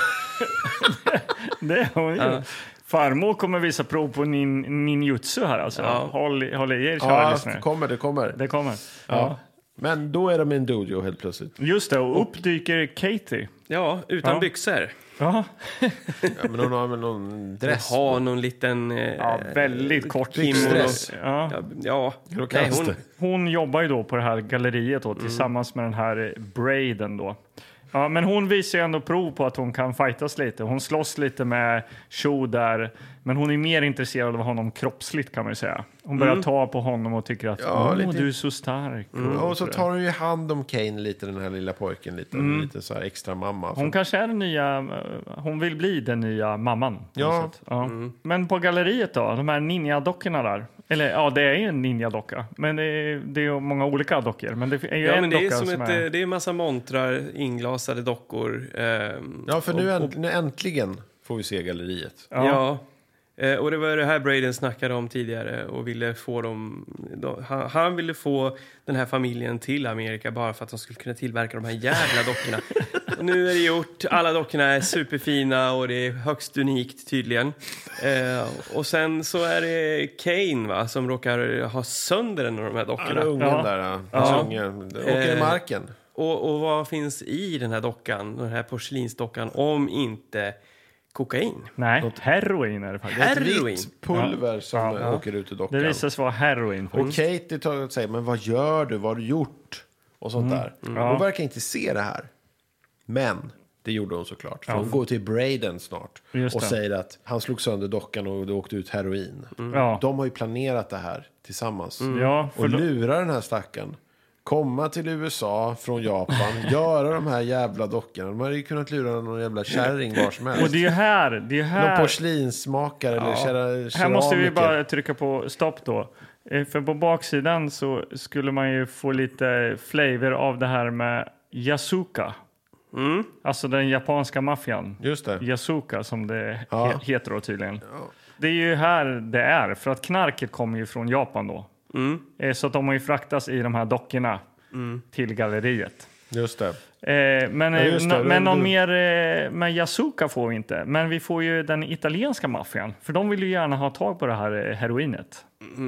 Det är hon ju. Ja. Farmor kommer visa prov på nin, ninjutsu här alltså. Ja. Håll, håll i er, kära Ja, lyssnare. det kommer, det kommer. Det kommer. Ja. Ja. Men då är de i en dojo helt plötsligt. Just det, och upp dyker Katie. Ja, utan Ja. byxor. Ja, Ja, men hon har väl någon dress. Ha någon liten... Eh, ja väldigt kort byxdress. Ja. Ja, ja. Då Nej, kastar. hon, Hon jobbar ju då på det här galleriet då, tillsammans med den här eh, Braden då. Ja, men hon visar ju ändå prov på att hon kan fightas lite. Hon slåss lite med Cho där. Men hon är mer intresserad av honom kroppsligt kan man ju säga. Hon börjar ta på honom och tycker att Ja, Åh, lite- du är så stark. Och så tar hon ju hand om Kane lite, den här lilla pojken. Lite, lite så här extra mamma. Hon kanske är den nya, eh, hon vill bli den nya mamman. på Ja. något sätt. Ja. Men på galleriet då, de här ninja-dockorna där. Eller ja, det är ju en ninja-docka. Men det är, det är ju många olika dockor. Men det är ju ja, en men det är docka som som ett, är... eh, det är en massa montrar, inglasade dockor. ehm, Ja, för nu, och- änt, nu äntligen får vi se galleriet. Ja. Ja, eh, och det var det här Braden snackade om tidigare och ville få dem, då, han, han ville få den här familjen till Amerika bara för att de skulle kunna tillverka de här jävla dockorna. Och nu är det gjort, alla dockorna är superfina och det är högst unikt tydligen. Eh, och sen så är det Kane va, som råkar ha sönder en av de här Ja, dockorna. ungen Ja. där, ja. Ja. Ungen. Det åker i Eh, marken. Och, och vad finns i den här dockan, den här porslinsdockan, om inte kokain? Nej, heroin är det faktiskt. Ett heroin. vitt pulver som Ja. eh, åker ut ur dockan. Det visar sig vara heroin. Och Katie tar och säger, men vad gör du? Vad har du gjort? Och sånt där. Ja. Hon verkar inte se det här. Men det gjorde hon såklart. För hon går till Braden snart. Just Och det. säger att han slog sönder dockan och det åkte ut heroin. Ja. De har ju planerat det här tillsammans. Ja, för Och då- lurar den här stacken. Komma till U S A från Japan. göra de här jävla dockorna. De hade ju kunnat lura någon jävla kärring var som helst. Och det är ju här, det är ju Någon här, porslinsmakare eller kera- här måste vi keramiker. bara trycka på stopp då. Eh, För på baksidan så skulle man ju få lite flavor av det här med Yasuka. Mm. Alltså den japanska maffian. Just det. Yasuka som det Ja. he- heter då tydligen. Det är ju här det är, för att knarket kommer ju från Japan då. Mm. Eh, Så att de har ju fraktats i de här dockorna till galleriet. Just det. Eh, men Ja, eh, just det. nå- Det- men någon det- mer eh, med Yasuka får vi inte. Men vi får ju den italienska maffian. För de vill ju gärna ha tag på det här eh, heroinet.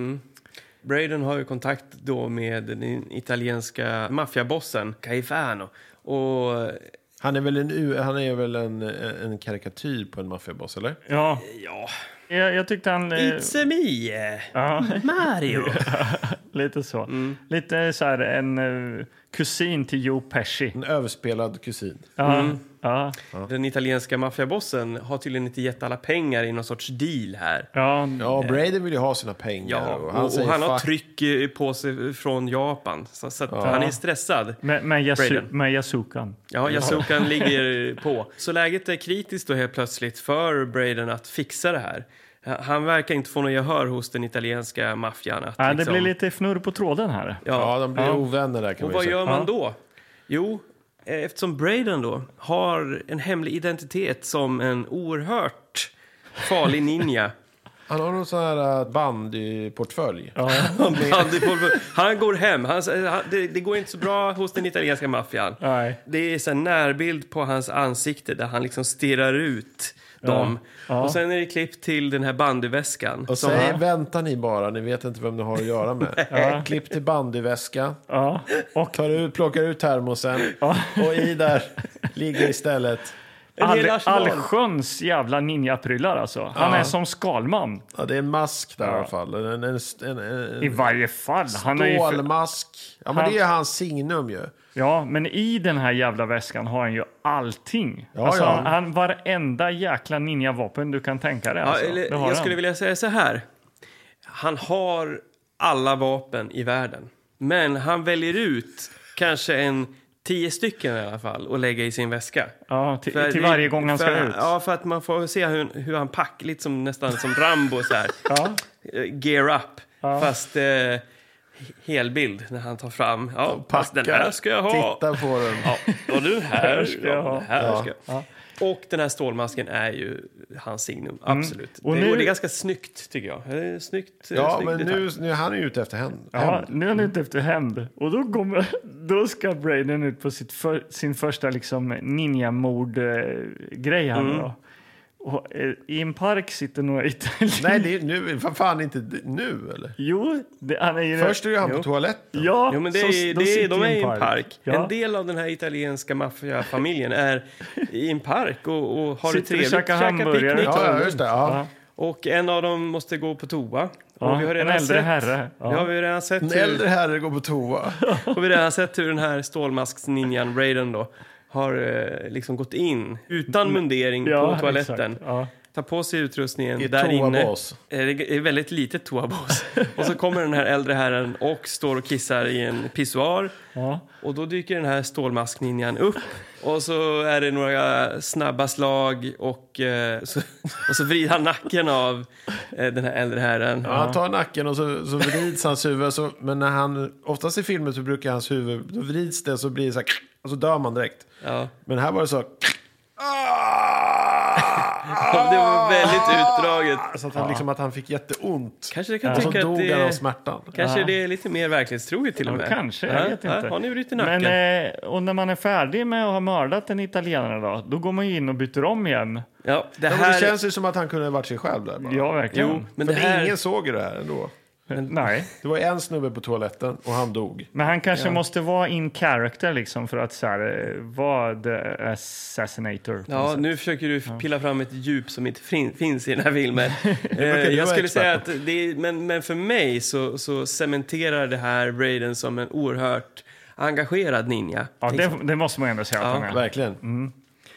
Braden har ju kontakt då med den italienska maffiabossen Caifano. Och Han är väl en, u- han är väl en, en karikatyr på en maffiaboss, eller? Ja, ja, jag, jag tyckte han... eh, it's a me, ja, Mario. lite så. Mm. Lite så här en eh, kusin till Joe Pesci. En överspelad kusin. Ja, ja, Den italienska maffiabossen har tydligen inte gett alla pengar i någon sorts deal här. ja, Ja, Braden vill ju ha sina pengar. Ja, och och han, han, och säger, han har "Fuck." tryck eh, på sig från Japan. Så, så att han är stressad. med, med, Yasu, Braden. med Yasukan. Ja, Yasukan ligger på. Så läget är kritiskt då helt plötsligt för Braden att fixa det här. Han verkar inte få någon gehör hos den italienska maffian. Att, Ja, det liksom, blir lite fnurr på tråden här. Ja, Ja, de blir Ja. ovänner där kan och man vad ju säga. gör man Ja. då? Jo, eftersom Braden då har en hemlig identitet som en oerhört farlig ninja. Han har någon sån här uh, bandyportfölj. Ja. Han, han går hem. Han, han, det, det går inte så bra hos den italienska maffian. Nej. Det är så här närbild på hans ansikte där han liksom stirrar ut dem. Ja. Och sen är det klipp till den här bandyväskan. Och som- säg, vänta ni bara, ni vet inte vem ni har att göra med. Ja. Klipp till bandyväska, Ja. Och tar ut, plockar ut termosen och i där ligger istället... en hel all, arsenal. allsköns jävla ninjaprylar alltså. Han Ja. är som Skalman. Ja, det är en mask där i alla fall. En, en, en, en, I varje fall. Han är ju för, stålmask. Ja, men Han- det är hans signum ju. ja, men i den här jävla väskan har han ju allting. Ja, alltså, ja. Han, han varenda jäkla ninjavapen du kan tänka dig. Ja, Alltså. eller, Det har jag skulle han. vilja säga så här. Han har alla vapen i världen. Men han väljer ut kanske en tio stycken i alla fall och lägga i sin väska. Ja, till, För till det- varje gång han ska för, ut. Ja, för att man får se hur, hur han packar, lite som, nästan som Rambo så här. Ja. Eh, Gear up. Fast eh, helbild när han tar fram. Ja, fast den här ska jag ha. Titta på den. Ja, och den här ska jag ha. ha. Den här Ja. ska jag. Och den här stålmasken är ju hans signum, absolut. Och det, nu- och det är ganska snyggt, tycker jag. Det är snyggt. Ja, snygg men detalj. nu, nu han är ju ute efter hämnd. Ja, Hämnd. nu är han ute efter hämnd. Och då, kommer, då ska Braden ut på sitt för, sin första liksom, ninjamord-grej här nu då. Och, eh, i en park sitter några italienare. Nej, det är nu. Vad fan, inte nu eller? Jo, det, han är ju... Först är ju han Jo. på toaletten. Ja, Jo, men det så- är, de det är, sitter de är i en park. park. Ja. En del av den här italienska maffiafamiljen är i en park och, och har det Sitter och trevligt. käkar hamburgare. picknick. Ja, ja, just det. Ja. Ja. Och en av dem måste gå på toa. Ja, och vi har en redan äldre sett, herre. Ja. Ja. Vi har redan sett En hur, äldre herre går på toa. och vi har redan sett hur den här stålmasksninjan Raiden då har eh, liksom gått in utan mundering Ja, på toaletten. exakt. Ja. Tar på sig utrustningen I ett där inne. toabås. Eh, Det är väldigt litet toabås. Och så kommer den här äldre herren och står och kissar i en pissoar. Ja. Och då dyker den här stålmaskninjan upp. Och så är det några snabba slag och, eh, så, och så vrider han nacken av eh, den här äldre herren. Ja, han tar nacken och så, så vrids hans huvud. Så, men när han, oftast i filmer så brukar hans huvud, då vrids det så blir det så här, och så dör man direkt. Ja. Men här var det så... Det var väldigt utdraget. Så att han, liksom, att han fick jätteont. Kanske det kan Och så tycka att dog det han av är, smärtan. kanske Ja. det är lite mer verklighetstroget till och Ja, med. kanske, jag Ja, vet ja, inte. Har ni brutit nacken? Men, eh, och när man är färdig med att ha mördat en italienare då, då går man ju in och byter om igen. ja, det Ja, men här... det känns ju som att han kunde ha varit sig själv där bara. Ja, verkligen. Jo, men För det här... ingen såg ju det här ändå. Nej, Det var en snubbe på toaletten och han dog. men han kanske måste vara in character liksom för att så här, eh, vara the assassinator. på något Ja, sätt. nu försöker du pilla fram ett djup som inte fin- finns i den här filmen. Eh, du jag vara skulle säga expert att det är, men, men för mig så, så cementerar det här Raiden som en oerhört engagerad ninja. Ja, det, Liksom. det måste man ändå säga att Ja, han är. Verkligen.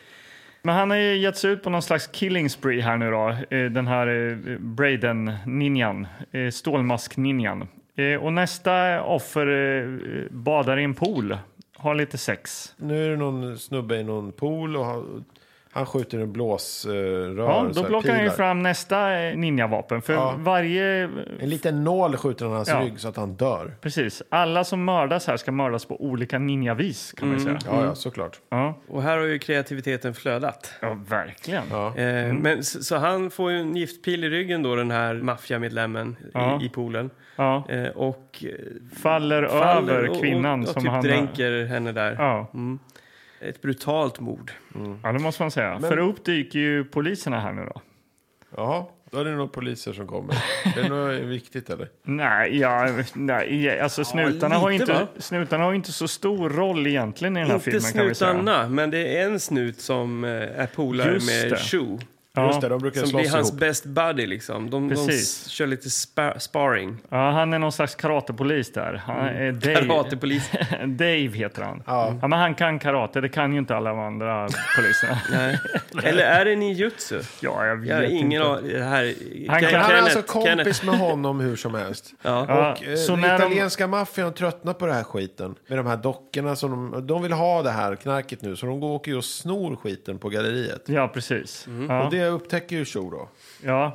Men han har ju gett sig ut på någon slags killing spree här nu då. eh, Den här eh, Braden-ninjan, eh, stålmask-ninjan. Eh, Och nästa offer eh, badar i en pool, har lite sex. Nu är det någon snubbe i någon pool och han, han skjuter en blåsrör. Ja, så då här, plockar han ju pilar. fram nästa eh, ninjavapen. För Ja. varje... En liten nål skjuter han i hans Ja. rygg så att han dör. Precis. Alla som mördas här ska mördas på olika ninjavis, kan man Mm. ju säga. Ja, ja, såklart. Ja, Och här har ju kreativiteten flödat. ja verkligen. Ja. Eh, men, så, så han får ju en giftpil i ryggen då, den här maffiamedlemmen Ja. i, i poolen. Ja. Eh, och eh, Faller, faller över och- kvinnan och, och, som typ han... dränker henne där. Ja. Mm. Ett brutalt mord. ja, det måste man säga. Men- För upp dyker ju poliserna här nu då. Jaha, då är det nog poliser som kommer. Är det något viktigt eller? Nej, ja, nej alltså snutarna, har lite, inte, va? snutarna har inte så stor roll egentligen i den här Inte filmen, kan vi säga. snutarna, men det är en snut som eh, är polare Just med det. Shoe. Ja. Just det, de brukar Som slåss blir hans ihop. best buddy liksom. De, de Precis. s- kör lite spa- sparring. Ja, han är någon slags karatepolis där. Han är Dave. Karatepolis. Dave heter han. Ja. Ja, men han kan karate, det kan ju inte alla de andra poliserna. Nej. Eller är det ninjutsu? Ja, jag vet Jag har ingen inte. aning. Det här... Han Ken- kan- Han är Kenneth- alltså kompis Kenneth. med honom hur som helst. Ja. Ja, Och eh, så den när de, italienska maffian tröttnar på det här skiten. Med de här dockorna som de, de vill ha det här knarket nu. Så de går och åker ju och snor skiten på galleriet. ja, precis. Ja, Och det upptäcker ju Show då. ja.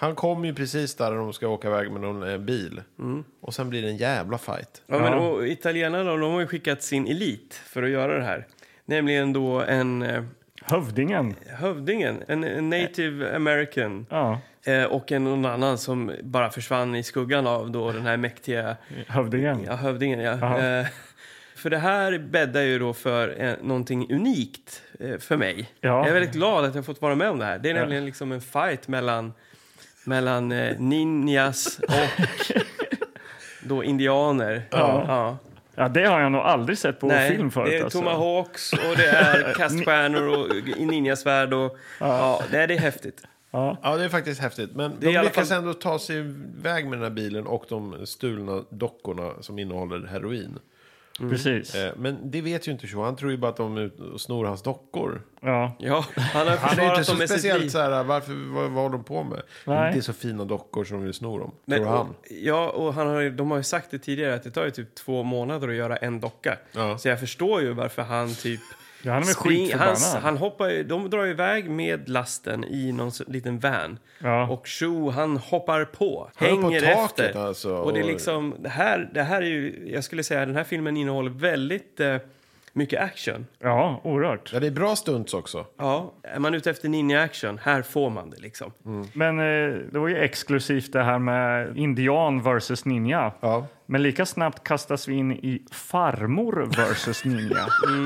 Han kommer ju precis där de ska åka iväg med någon eh, bil. Mm. Och sen blir det en jävla fight. Ja, men, och italienarna de har ju skickat sin elit för att göra det här. Nämligen då en... Eh, Hövdingen. hövdingen, en, en native american. Ja. Eh, och en någon annan som bara försvann i skuggan av då den här mäktiga... Hövdingen. Ja, hövdingen, ja. Aha. Eh, för det här bäddar ju då för eh, någonting unikt eh, för mig. Ja. Jag är väldigt glad att jag fått vara med om det här. Det är Ja. nämligen liksom en fight mellan, mellan eh, ninjas och då indianer. Ja. Ja. Ja, det har jag nog aldrig sett på Nej, film förut. det är alltså. Tomahawks och det är kaststjärnor och i ninjasvärd och ja, det, är, det är häftigt. Ja. Ja, det är faktiskt häftigt. Men Det är i de alla lyckas fall- ändå ta sig iväg med den här bilen och de stulna dockorna som innehåller heroin. Precis. Eh, men det vet ju inte Cho. Han tror ju bara att de är ute och snor hans dockor. Ja. Ja, han har Han är försvarat inte så dem med sitt liv. speciellt så här, varför, vad, vad håller de på med? Nej. Det är så fina dockor som vill sno dem, Men, tror han. och, ja, och han har, ju- de har ju sagt det tidigare att det tar ju typ två månader att göra en docka. Ja. Så jag förstår ju varför han typ... Ja, han är väl spring- skitförbannad. han, han hoppar ju, de drar ju iväg med lasten i någon s- liten van. Ja. Och Shu, han hoppar på, Han är på hänger taket, efter. alltså, och det är och- liksom, det här, det här är ju, jag skulle säga, den här filmen innehåller väldigt eh, mycket action. Ja, oerhört. Ja, det är bra stunts också. Ja, är man ute efter ninja-action, här får man det liksom. Men eh, det var ju exklusivt det här med indian versus ninja. Ja. Men lika snabbt kastas vi in i farmor versus ninja.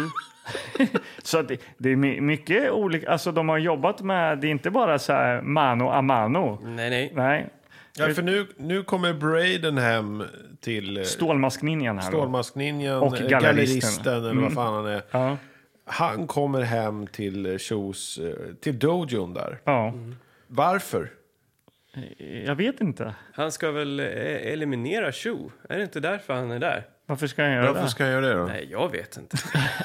Så att det, det är my- mycket olika. Alltså de har jobbat med, det är inte bara så här mano a mano. Nej, nej. Nej, Ja, för nu, nu kommer Braden hem till eh, Stålmaskninjan här då. Stålmaskninjan, Och eh, galleristen. galleristen eller vad fan han är. Ja, Han kommer hem till eh, Chos, eh, till dojon där. ja. Varför? Jag vet inte. Han ska väl eh, eliminera Shu? Är det inte därför han är där? Varför ska jag göra Varför det? ska han göra det då? Nej, jag vet inte.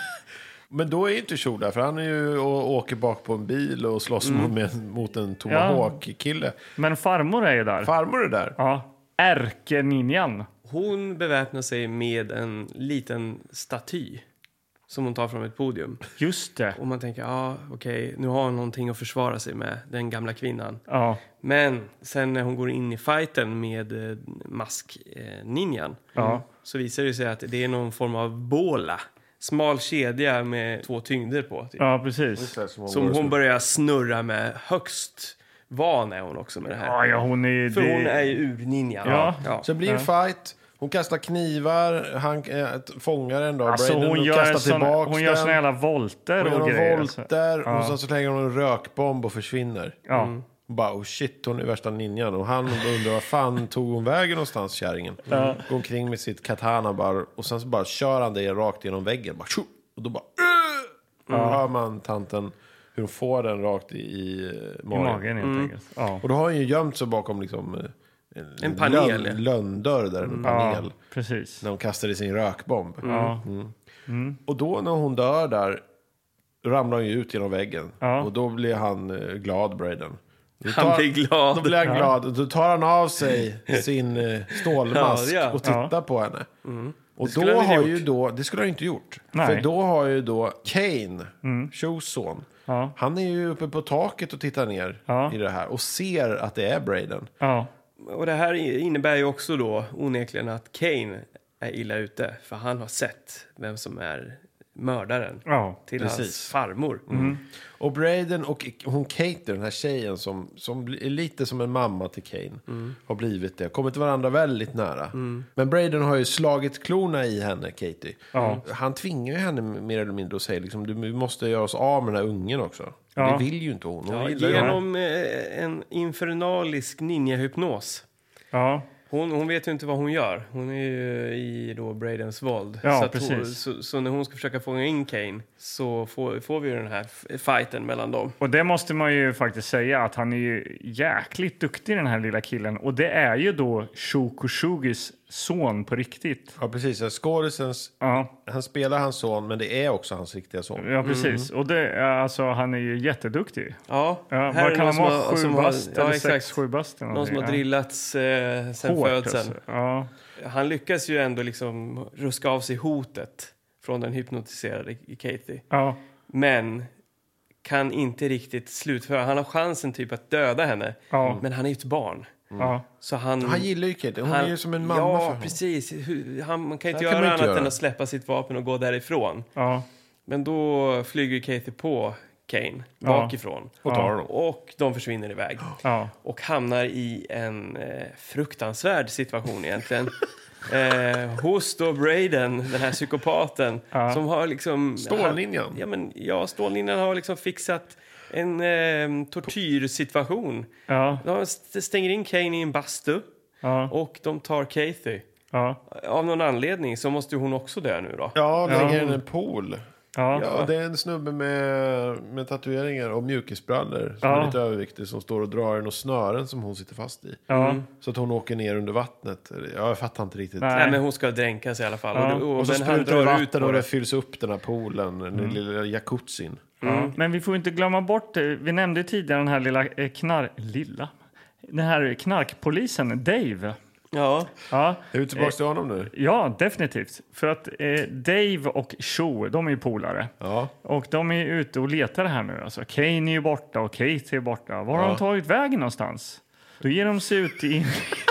Men då är inte Cho där, för han är ju och åker bak på en bil och slåss Mm. mot, med, mot en Tomahawk-kille. Men farmor är ju där. Farmor är där. Ja. Ärkeninjan. Hon beväpnar sig med en liten staty som hon tar från ett podium. Just det. Och man tänker, ja, okej, nu har hon någonting att försvara sig med, den gamla kvinnan. Ja. Men sen när hon går in i fighten med eh, mask-ninjan Ja. så visar det sig att det är någon form av båla. Smal kedja med två tyngder på. Typ. Ja, precis. Som hon börjar snurra med. Högst van är hon också med det här. Ja, ja, hon är... För det- hon är ju urninja. Ja. ja. Så blir det fight. Hon kastar knivar, han äh, fångar en då, Alltså Braden, hon och gör, kastar sån, tillbaks hon gör den. såna jävla volter Hon gör och någon grejer. volt alltså. där Ja. och sen så lägger hon en rökbomb och försvinner. Ja. Mm. Och bara, oh shit, hon är värsta ninjan. Och han undrar, vad fan tog hon vägen någonstans, kärringen? Ja. Går omkring med sitt katana bara, och sen så bara kör han det rakt genom väggen. Bara, tjo! Och då bara, uh! Och då hör man tanten hur hon får den rakt i, i I magen. magen helt Mm. enkelt. Ja. Och då har hon ju gömt sig bakom liksom, eh, en, En panel, ja. lönn, lönndörr där, en panel. Ja, precis. När hon kastade sin rökbomb. Ja. Och då när hon dör där ramlar hon ju ut genom väggen. Ja. Och då blir han eh, glad, Braden. Då Han tar- blir glad. Då blir han glad. Och då tar han av sig sin eh, stålmask Ja, ja. och tittar på henne. Och Det skulle då han inte har gjort. ju då, det skulle han inte gjort. Nej. För då har ju då Kane, Chos son, Ja. han är ju uppe på taket och tittar ner Ja. i det här. Och ser att det är Braden. Ja. Och det här innebär ju också då onekligen att Kane är illa ute. För han har sett vem som är mördaren Ja. till precis. hans farmor. Och Braden och hon Kate, den här tjejen som, som bli- är lite som en mamma till Kane, har blivit det. Kommit varandra väldigt nära. Men Braden har ju slagit klorna i henne, Katie. Ja. Han tvingar ju henne mer eller mindre att säga liksom, du vi måste göra oss av med den här ungen också. Ja. Det vill ju inte hon. hon Ja, gillar ju genom eh, en infernalisk ninjahypnos. Ja. Hon, hon vet ju inte vad hon gör. Hon är ju i då Bradens våld. Ja, så, att hon, precis. så, så när hon ska försöka fånga in Kane så får, får vi ju den här f- fighten mellan dem. Och det måste man ju faktiskt säga att han är ju jäkligt duktig den här lilla killen. Och det är ju då Shokushugis son på riktigt. Ja, precis. Skådisens, Ja, han spelar hans son, men det är också hans riktiga son. ja precis. Och det, är- alltså, han är ju jätteduktig. Ja, Ja, här vad är kan någon han vara? som har- Sju som har- bast ja, eller exakt. sex, sju bast? eller Någon som har någonting. drillats eh, sen Hårt, födseln. alltså. Ja. Han lyckas ju ändå liksom ruska av sig hotet från den hypnotiserade i Katie. Ja. Men kan inte riktigt slutföra. Han har chansen typ att döda henne. Ja. Men han är ju ett barn. Mm. Ja. Så han, Han gillar ju Katie. Hon han, är ju som en mamma ja, för honom. precis. Hur- Han, man kan inte Det göra kan man annat inte göra. än att släppa sitt vapen och gå därifrån. Ja. Men då flyger Katie på Kane bakifrån. Och tar honom. Och de försvinner iväg. Ja. Och hamnar i en eh, fruktansvärd situation egentligen. eh, hos då Braden, den här psykopaten. Ja. Som har liksom... Stållinjen. Ja, men, ja, Stållinjen har liksom fixat en eh, tortyrsituation. Ja. De stänger in Kane i en bastu. Ja. Och de tar Kathy. Ja. Av någon anledning så måste hon också dö nu då. Ja, Ja. lägger in en pool. Ja. Ja, det är en snubbe med, med tatueringar och mjukisbrallor som Ja. är lite överviktig som står och drar en och snören som hon sitter fast i. Ja. Så att hon åker ner under vattnet. Ja, jag fattar inte riktigt. Nej. Nej, men hon ska dränkas i alla fall. Ja. Och, och, Och så men han sprutar det drar ut vatten på och det. det fylls upp den här poolen, den lilla jacuzzin. Ja. Men vi får inte glömma bort, eh, vi nämnde tidigare den här lilla eh, knark... Lilla? Den här knarkpolisen, Dave. Ja, Ja, Är vi tillbaka till honom nu? ja definitivt. För att eh, Dave och Cho, de är ju polare. Ja. Och de är ute och letar här nu. Alltså, Kane är ju borta och Kate är borta. Var har Ja. de tagit vägen någonstans? Då ger de sig ut i...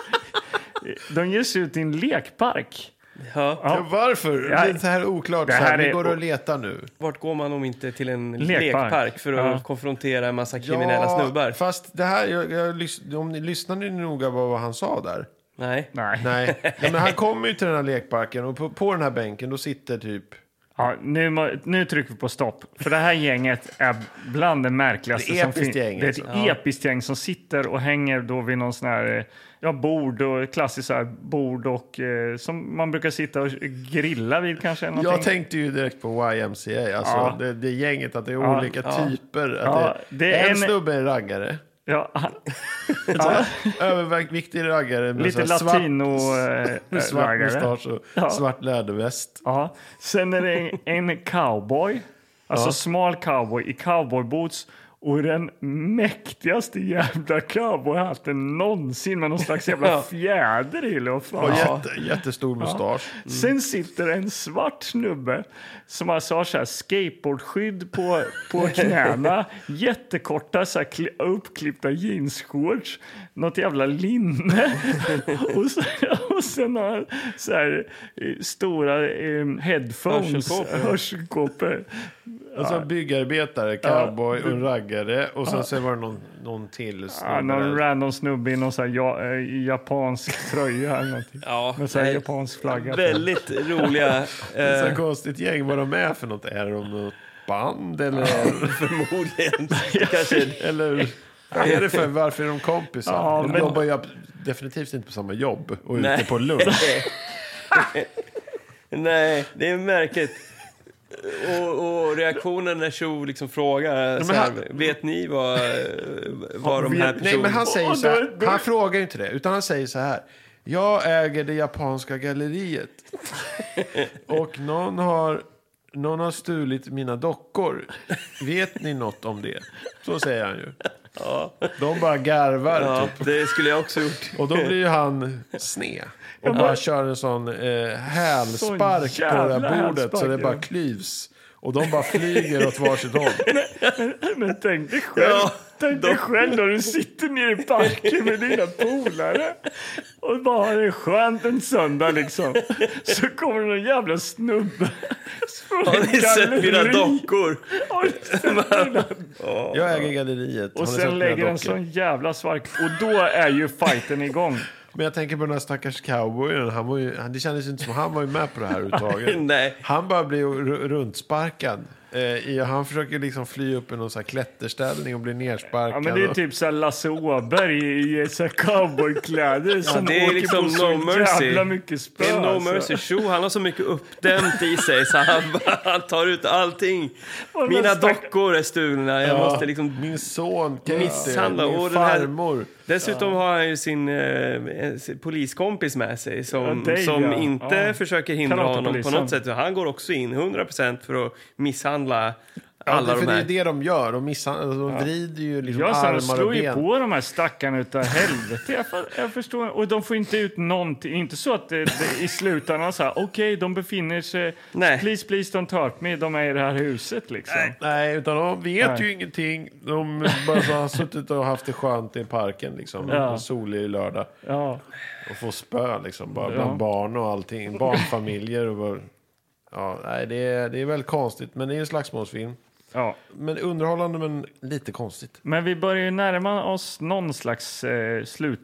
de ger sig ut i en lekpark. ja. Ja, varför? Ja. Det är så här oklart. Det så här, här vi är- går och letar nu. Vart går man om inte till en Lekpark. lekpark, för att Ja. konfrontera en massa kriminella snubbar? Fast det här, jag, jag, lys- om ni lyssnade noga på vad han sa där. Nej. Nej. Nej, ja, men han kommer ju till den här lekparken och på, på den här bänken då sitter typ... Ja, nu, må- nu trycker vi på stopp. För det här gänget är bland det märkligaste Det är som episkt finns. gäng, Det är ett alltså. episkt gäng som sitter och hänger då vid någon sån här... eh, Ja, bord och klassiskt så här bord och eh, som man brukar sitta och grilla vid kanske. eller Jag någonting. tänkte ju direkt på Y M C A, alltså Ja. det, det gänget, att det är Ja, olika ja. typer. Att Ja, det, det är en en- snubbe är en raggare, Ja, han- ja, överviktig raggare med lite så här svart, latino eh, med svart raggare. mustasch och Ja. svart läderväst. Ja. Sen är det en, en cowboy. Alltså Ja. smal cowboy i cowboyboots. Och den mäktigaste jävla cowboyhatten någonsin med någon slags jävla Ja. fjäder i. Och Och fan. jätte, jättestor mustasch. Sen sitter en svart snubbe som alltså har så här skateboardskydd på, på knäna, jättekorta så här kli- uppklippta jeansshorts, något jävla linne och, så, och sen har han så här eh, stora eh, headphones, Hörselkåpor. hörselkåpor. Alltså en byggarbetare, cowboy och en raggare. Och sen så var det någon, någon till snubbe Ja, någon där. random snubbe i någon så här ja, eh, japansk tröja eller någonting. Ja, Med så här nej. japansk flagga på. Väldigt roliga. Det är så Eh, konstigt gäng, vad de är för något. Är de något band eller... förmodligen. Kanske. Eller vad är det för, varför är de kompisar? Ja, de men- jobbar ju ab- definitivt inte på samma jobb och Nej. ute på lunch. Nej, det är märkligt. Och, och reaktionen när Cho liksom frågar, så här, han- vet ni vad, vad de här vet- Nej, personerna... men han säger Och så här, då- då- han frågar ju inte det, utan han säger så här. Jag äger det japanska galleriet. Och någon har, någon har stulit mina dockor. Vet ni något om det? Så säger han ju. De bara garvar Ja, typ. det skulle jag också gjort. Och då blir ju han sned. Och bara kör en sån eh, hälspark på jävla det här bordet hälspark, så det bara ja. klyvs. Och de bara flyger åt varsitt håll. Men tänk dig själv, Ja, tänk dig själv när du sitter nere i parken med dina polare och bara har det skönt en söndag liksom. Så kommer det någon jävla snubbe från Har ni ett sett mina galleri. dockor? Har ni sett mina- Jag äger galleriet. Har Och ni sett sen mina lägger en dockor? sån jävla svark. Och då är ju fighten igång. Men jag tänker på den här stackars cowboyen. Han var ju, han, det kändes inte som han var ju med på det här överhuvudtaget. Nej. Han bara blir ju ru- runtsparkad. Eh, i, han försöker liksom fly upp i någon så här klätterställning och blir nersparkad. Ja, men det är och- typ så här Lasse Åberg i, i så här cowboykläder som det är åker liksom på så no mercy. jävla mycket spö. Det är no alltså. mercy. Cho, han har så mycket uppdämt i sig så han, han tar ut allting. Och den Mina stack- dockor är stulna. Jag Ja, måste liksom... min son Katie, misshandla. min Och den här- farmor. Dessutom har han ju sin eh, sin poliskompis med sig som, Ja, Dave, som ja. inte Ja. försöker hindra honom på Karatepolisen. något sätt. Så han går också in hundra procent för att misshandla alla ja, för de här. det är det de gör. De, missar, de ja. vrider ju liksom jag armar de och slår ju ben. på de här stackarna utav helvete. Jag, för, jag förstår. Och de får inte ut någonting. Inte så att det, det, i slutändan så här, okej, okay, de befinner sig... Nej. Please, please don't hurt me. De är i det här huset liksom. Nej, Nej utan de vet Nej. ju ingenting. De bara så har suttit och haft det skönt i parken liksom. Ja. En solig lördag. Ja. Och få spö liksom. Bara bland ja. barn och allting. Barnfamiljer och bara... Ja, nej, det är, det är väldigt konstigt, men det är en slagsmålsfilm. Ja. Men underhållande, men lite konstigt. Men vi börjar ju närma oss någon slags eh,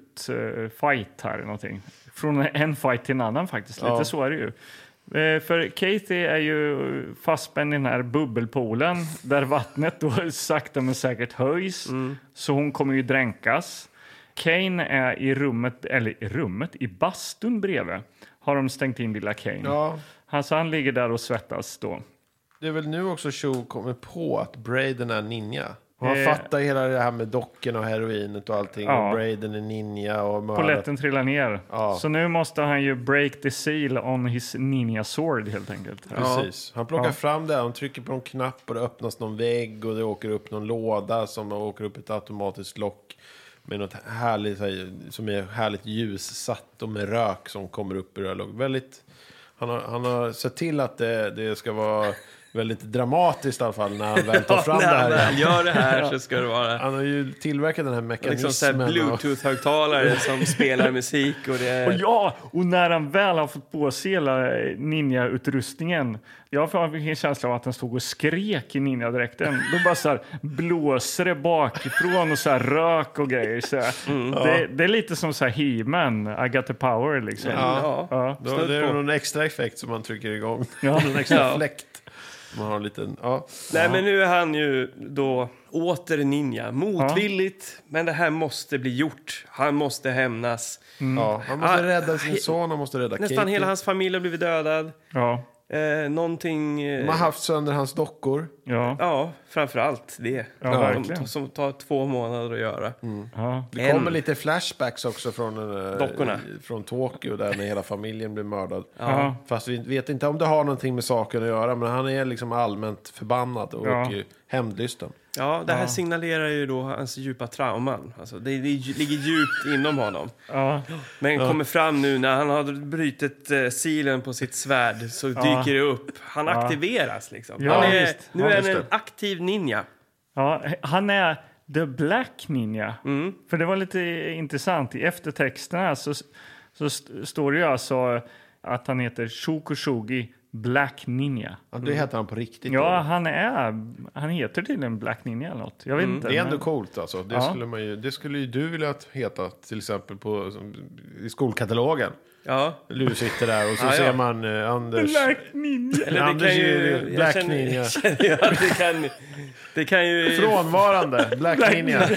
slutfight eh, här. Någonting. Från en fight till en annan faktiskt. Lite ja. så är det ju. Eh, för Katie är ju fastspänd i den här bubbelpoolen där vattnet då sakta men säkert höjs. Mm. Så hon kommer ju dränkas. Kane är i rummet, eller i rummet, i bastun bredvid. Har de stängt in lilla Kane. Ja. Alltså han ligger där och svettas då. Det är väl nu också Cho kommer på att Braden är ninja. Och han eh. fattar hela det här med dockorna och heroinet och allting. Ja. Och Braden är ninja och mördar. Poletten trillar ner. Ja. Så nu måste han ju break the seal on his ninja sword helt enkelt. Precis. Han plockar ja. fram det. Han trycker på någon knapp och det öppnas någon vägg. Och det åker upp någon låda som åker upp ett automatiskt lock. Med något härligt, som är härligt ljussatt och med rök som kommer upp i det här locket. Väldigt... Han har, han har sett till att det, det ska vara väldigt dramatiskt i alla fall när han väl tar fram ja, det här. När han gör det här så ska det vara... Han har ju tillverkat den här mekanismen. Liksom Bluetooth-högtalare som spelar musik. Och, det... och ja, och när han väl har fått på sig hela ninja-utrustningen. Jag får en känsla av att han stod och skrek i ninja-dräkten. Då bara så här blåser det bakifrån och så här rök och grejer. Så mm. det, det är lite som så här He-Man, I got the power liksom. Ja, ja. Då, det är någon extra effekt som man trycker igång. Ja. Någon extra ja. fläkt. Man har en liten, ja. Nej, ja. men nu är han ju då åter ninja. Motvilligt, ja. men det här måste bli gjort. Han måste hämnas. Mm. Ja, han måste rädda sin son, han måste rädda Nästan Katie. hela hans familj har blivit dödad. Ja. Eh, någonting... Eh... De har haft sönder hans dockor. Ja, ja framförallt det. Ja, de, som tar två månader att göra. Mm. Ja. Det kommer en. lite flashbacks också från, en, dockorna. från Tokyo där när hela familjen blir mördad. Ja. Fast vi vet inte om det har någonting med saken att göra, men han är liksom allmänt förbannad och ja. hämndlysten. Ja, det här ja. signalerar ju då hans djupa trauman. Alltså, det, det ligger djupt inom honom. Ja. Men ja. kommer fram nu när han har brutit uh, silen på sitt svärd så dyker ja. det upp. Han ja. aktiveras liksom. Ja, han är, visst. nu ja, är han en aktiv ninja. Ja, han är The Black Ninja. Mm. För det var lite intressant. I eftertexterna så, så st- står det ju alltså att han heter Shokushugi Black Ninja. Ja, det heter han på riktigt. Ja, då. han är han heter tydligen Black Ninja eller något. Jag vet Mm. inte. Det är ändå men... coolt alltså. Det, ja. skulle man ju, det skulle ju du vilja heta till exempel på, i skolkatalogen. Ja. Du sitter där och så ja, ja. ser man eh, Anders... Black Ninja. Eller det Anders kan ju... är Black känner, Ninja. Känner jag, det, kan, det kan ju... Frånvarande. Black, Black Ninja.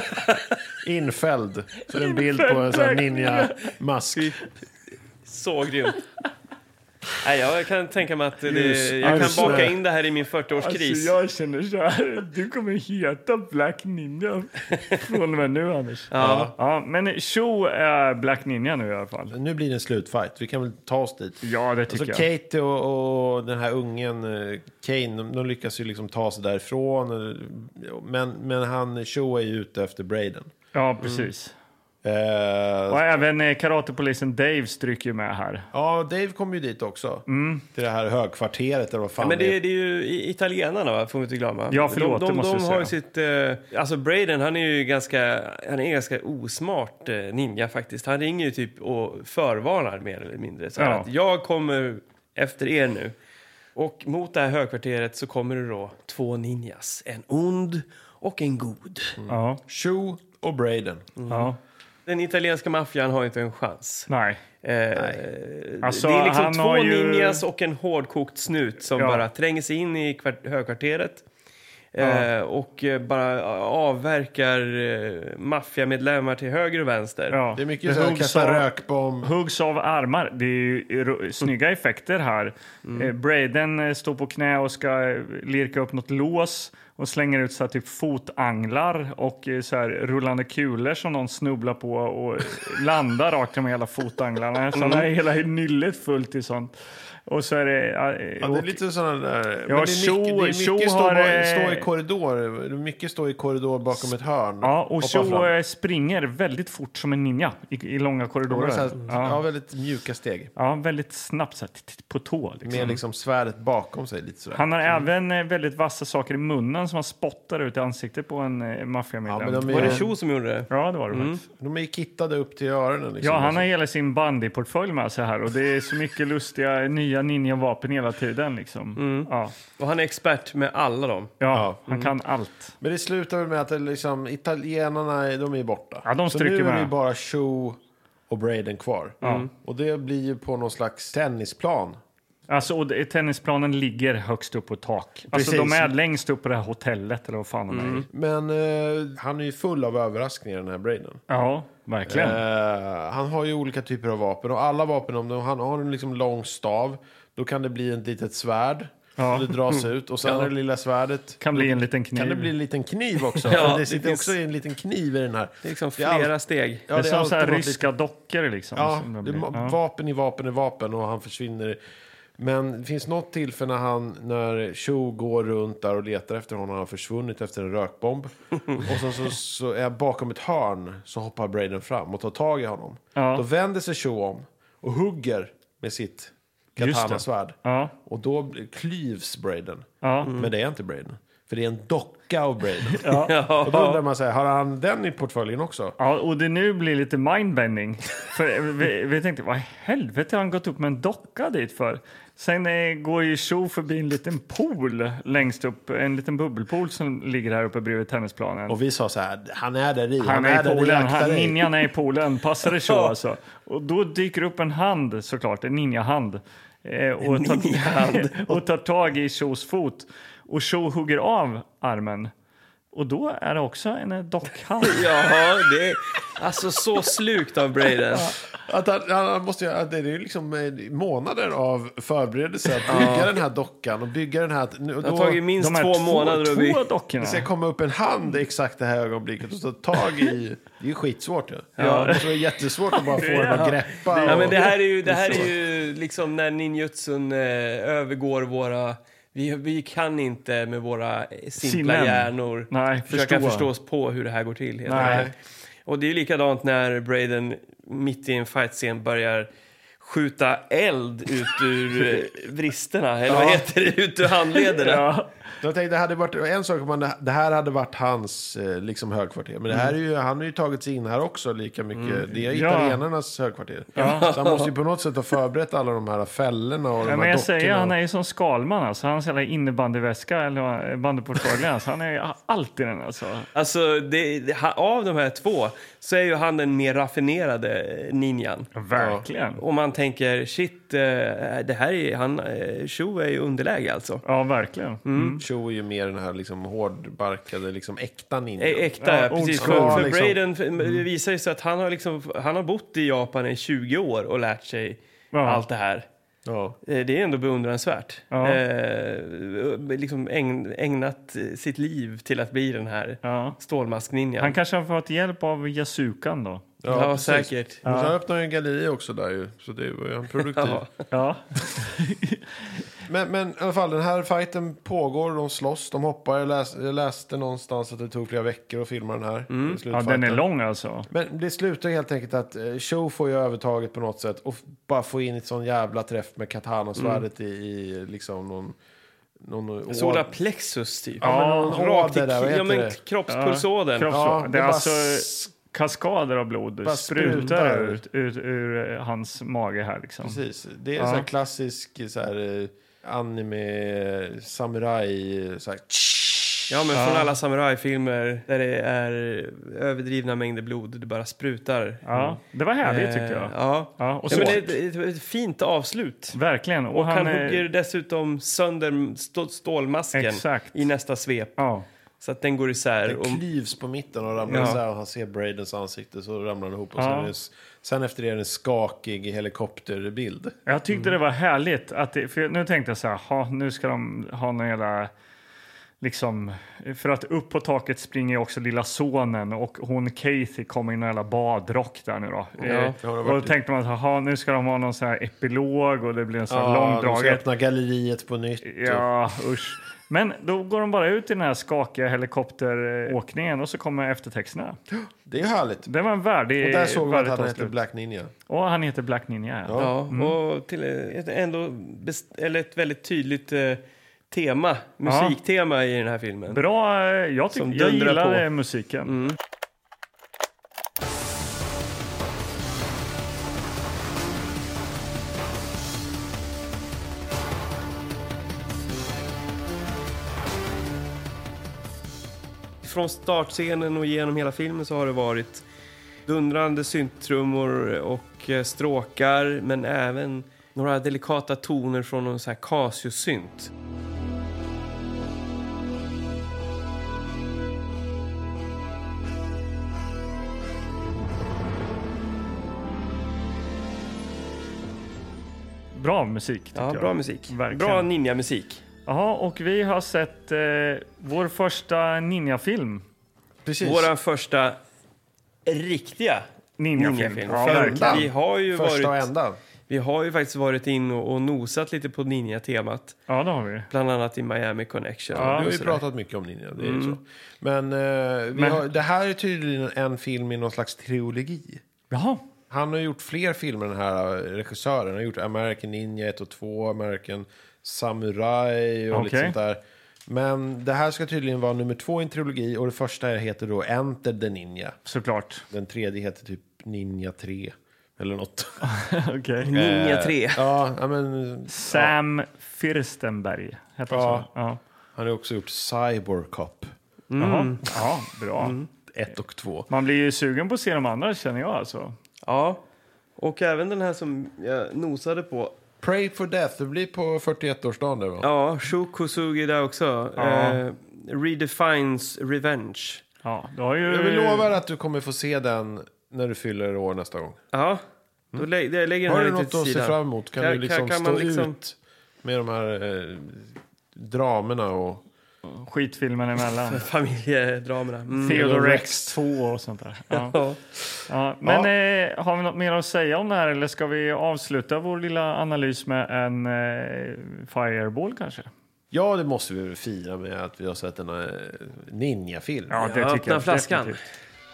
Infälld. Så det är en bild på en sån här ninja-mask. Så grymt. Nej, jag kan tänka mig att det, Just, jag kan alltså, baka in det här i min fyrtioårskris. Alltså jag känner så här, du kommer heta Black Ninja från och med nu, Anders. Ja. Ja, men Cho är Black Ninja nu i alla fall. Nu blir det en slutfight. Vi kan väl ta oss dit. Ja, det tycker alltså, jag. Katie och, och den här ungen, uh, Kane, de, de lyckas ju liksom ta sig därifrån. Men, men han, Cho är ju ute efter Braden. Ja, precis. Mm. Uh, och även eh, karatepolisen Dave stryker ju med här. Ja, Dave kommer ju dit också. Mm. Till det här högkvarteret eller vad fan ja, men det, är. det är ju italienarna, va? Får vi inte glömma. Ja, förlåt, de, de, det måste de, jag de har säga. ju sitt... Eh, alltså Braden, han är ju ganska... Han är ganska osmart eh, ninja faktiskt. Han ringer ju typ och förvarnar mer eller mindre. Så ja. att jag kommer efter er nu. Och mot det här högkvarteret så kommer det då två ninjas. En ond och en god. Mm. Ja. Cho och Braden. Mm. Ja. Den italienska maffian har inte en chans. Nej. Eh, Nej. Alltså, det är liksom han två har ju... ninjas och en hårdkokt snut som Ja. bara tränger sig in i kvart- högkvarteret. Eh, Ja. och eh, bara avverkar eh, maffiamedlemmar till höger och vänster. Ja. Det är mycket så här, kasta rökbomb. Huggs av armar. Det är ju r- snygga effekter här. Mm. Eh, Braden eh, står på knä och ska eh, lirka upp något lås och slänger ut så här, typ fotanglar och eh, så här, rullande kulor som någon snubblar på och landar rakt med hela fotanglarna. Så mm. är hela nyllet fullt i sånt. Och så är det... Ja, det är lite sådana där... Ja, men det är mycket, det är mycket Cho stå, har, bara- stå eh, i korridor. Mycket stå i korridor bakom ett hörn. Ja, och Hoppa Cho fram. springer väldigt fort som en ninja i, i långa De korridorer. har så här, ja. ja, väldigt mjuka steg. ja, väldigt snabbt så här, t- t- på tå. Liksom. Med liksom svärdet bakom sig lite sådär. Han har även eh, väldigt vassa saker i munnen som han spottar ut i ansiktet på en eh, maffiamedlem. Ja, men de är- Var det Cho som gjorde det? Ja, det var det faktiskt. De är ju kittade upp till öronen. Liksom. Ja, han har hela sin bandyportfölj med sig här och det är så mycket lustiga nya ninja-vapen hela tiden. Liksom. Ja, Och han är expert med alla dem. ja, han kan allt. Men det slutar väl med att det liksom, italienarna de är borta. Ja, de så stryker nu är det med. ju bara Cho och Braden kvar. Ja. Och det blir ju på någon slags tennisplan. Alltså, och det- tennisplanen ligger högst upp på tak. Alltså, Precis. de är längst upp på det här hotellet eller vad fan de är i. Men eh, han är ju full av överraskningar, den här Braden. Ja, verkligen. Eh, han har ju olika typer av vapen. Och alla vapen, om de, han har en liksom lång stav, då kan det bli ett litet svärd. Ja. Och det dras ut. Och sen Ja. är det lilla svärdet. Kan bli en liten kniv. Kan det bli en liten kniv också? Ja, För det det sitter finns- också en liten kniv i den här. Det är liksom Det är flera allt- steg. Ja, det är som alltid så här något ryska dockor liksom. Ja, som det blir. är Ja. vapen i vapen i vapen och han försvinner. Men det finns något tillfälle när han, när Cho går runt där och letar efter honom. Han har försvunnit efter en rökbomb. Och så, så, så är bakom ett hörn så hoppar Braden fram och tar tag i honom. Ja. Då vänder sig Cho om och hugger med sitt Just det. katana-svärd. Ja, Och då blir- klyvs Braden. ja. Men det är inte Braden. För det är en docka av Braden. Ja. Och då undrar man sig, har han den i portföljen också? Ja, och det nu blir lite mindbending. För vi, vi tänkte, vad i helvete har han gått upp med en docka dit för? Sen eh, går ju Cho förbi en liten pool längst upp, en liten bubbelpool som ligger här uppe bredvid tennisplanen. Och vi sa så här, han är där i. Han är i där poolen, akta han, dig. ninjan är i poolen, passar det så alltså. Och då dyker upp en hand såklart, en ninjahand. Eh, och, tar, och tar tag i Chos fot. Och Cho hugger av armen. Och då är det också en dockhand. Ja, det är alltså så slukt av Braden. Att han, han måste, att det är ju liksom eh, månader av förberedelse att bygga den här dockan och bygga den här. Nu, och Det har då, tagit minst De här två, två, månader att två bygga. dockorna. det ska komma upp en hand exakt det här ögonblicket och ta tag i. Det är ju skitsvårt. Ja. Ja. Det är svårt att bara få den att greppa. Ja, och- men det här är ju, det här är ju liksom när ninjutsun eh, övergår våra... Vi, vi kan inte med våra eh, simpla Sinnen. hjärnor Nej, försöka förstå. förstå oss på hur det här går till. Helt Nej. enkelt. Och det är ju likadant när Braden mitt i en fight-scen börjar skjuta eld ut ur eh, vristerna, eller vad heter det, ut ur handlederna. Ja. Jag tänkte, det hade varit en sak om man, det här hade varit hans eh, liksom högkvarter. Men det här är ju, han har ju tagit sig in här också lika mycket. Det är Ja. italienarnas högkvarter. Så han måste ju på något sätt ha förberett alla de här fällorna och de Ja, här men jag dockorna. säger, han är ju som Skalman alltså. Hans jävla innebandyväska eller bandyportföljen. Alltså, han är ju alltid den alltså. Alltså, det, det, ha- av de här två så är ju han den mer raffinerade ninjan. Verkligen. Och man tänker, shit, eh, det här är, han, eh, Cho är i underläge alltså. Ja, verkligen. Mm. Cho är ju mer den här liksom hårdbarkade, liksom äkta ninja. Ä- Äkta, Ja, precis. old school, För, för liksom. Braden, för, det visar ju sig att han har, liksom, han har bott i Japan i tjugo år och lärt sig Ja. allt det här. Ja. Eh, Det är ändå beundransvärt. Ja. Eh, liksom ägn, ägnat sitt liv till att bli den här Ja. stålmaskninjan. Han kanske har fått hjälp av Yasukan då. Ja, precis. säkert. Men sen öppnade han en galleri också där ju. Så det var ju en produktiv. Ja. Ja. Men, men i alla fall, den här fighten pågår, de slåss, de hoppar. Jag, läs, jag läste någonstans att det tog flera veckor att filma den här. ja, slutfighten. den är lång alltså. Men det slutar helt enkelt att eh, Cho får ju övertaget på något sätt. Och f- bara få in ett sån jävla träff med katana-svärdet i, i liksom någon... någon Solar plexus typ. Ja, men någon Rakt i, åder där, vad ja, heter men det? kroppspulsådern. Kropps- Ja, det det är bara alltså s- kaskader av blod. bara Sprutar sprutar. ut, ut ur eh, hans mage här liksom. Precis. Det är Ja. en sån här klassisk så här, eh, anime, samurai, så här, Ja, men från alla samurajfilmer där det är överdrivna mängder blod. Det bara sprutar. Ja, det var härligt tyckte jag. Eh, Ja. Ja, och Ja, så, men det är ett, ett fint avslut. verkligen. Och, Och han, han eh, hugger dessutom sönder stå- stålmasken Exakt. i nästa svep. Ja. Så att den går isär. den Och, klyvs på mitten och ramlar Ja. isär och han ser Bradens ansikte så ramlar den ihop. Och Ja. sen, är det, s- sen efter det är det en skakig helikopterbild. Jag tyckte det var härligt. Att det, för nu tänkte jag så här, ha, nu ska de ha någon jävla liksom, för att upp på taket springer också lilla sonen och hon Kathy kommer i en jävla badrock där nu då. Ja, eh, det har det och varit då tänkte man att aha, nu ska de ha någon sån här epilog och det blir en sån här Ja, de ska långdraget. öppna galleriet på nytt. Ja, usch. Men då går de bara ut i den här skakiga helikopteråkningen och så kommer eftertexterna. Det är härligt. Det var en värdig... Och där såg man att han värdigt heter avslut. Black Ninja. Och han heter Black Ninja. Ja. Ja, Mm. och till ett, ändå best, eller ett väldigt tydligt eh, tema, musiktema i den här filmen. Bra, eh, jag, tyck, Som jag dundrar gillar på. musiken. Mm. Från startscenen och genom hela filmen så har det varit dundrande synttrummor och eh, stråkar, men även några delikata toner från någon så här Casio-synt. Bra musik, tycker Ja, jag. bra musik. Verkligen. Bra ninja-musik. Jaha, och vi har sett eh, vår första ninja-film. Precis. Vår första riktiga Ninja-film. ninja-film. Ja, För verkligen. vi har ju Första och varit, ända. vi har ju faktiskt varit in och, och nosat lite på ninja-temat. Ja, det har vi. Bland annat i Miami Connection. Ja, Du har ju sådär. pratat mycket om Ninja, det är ju så. Men, eh, vi Men- Har, det här är tydligen en film i någon slags trilogi. Jaha. Han har gjort fler filmer, den här regissören. Han har gjort American Ninja ett och två, American Samurai och lite Okej. sånt där. Men det här ska tydligen vara nummer två i en trilogi och det första heter då Enter the Ninja. Såklart. Den tredje heter typ Ninja tre eller något. Okej. Ninja tre. Ja, ja, men Sam Firstenberg heter Ja. så. Ja. han har också gjort Cyborg Cop Jaha. Ja, bra. ett och två. Man blir ju sugen på att se de andra, känner jag alltså. Ja, och även den här som jag nosade på. Pray for Death, det blir på fyrtioett-årsdagen där va? Ja, Shu Kosugi där också. Ja. Eh, Redefines Revenge. Ja, du har ju... Jag vill lova att du kommer få se den när du fyller år nästa gång. Ja, då lä- jag lägger den Har här du lite något till att se sidan. fram emot? Kan, Kan- du liksom kan- kan stå man liksom- ut med de här eh, dramerna och... Skitfilmen emellan. Familjedramerna. Mm. Theodore Rex två och sånt där. Ja. Ja. Ja, men eh, har vi något mer att säga om det här eller ska vi avsluta vår lilla analys med en eh, fireball kanske? Ja, det måste vi väl fira med att vi har sett en eh, ninja-film. Ja, det Ja, tycker öppna jag flaskan. definitivt.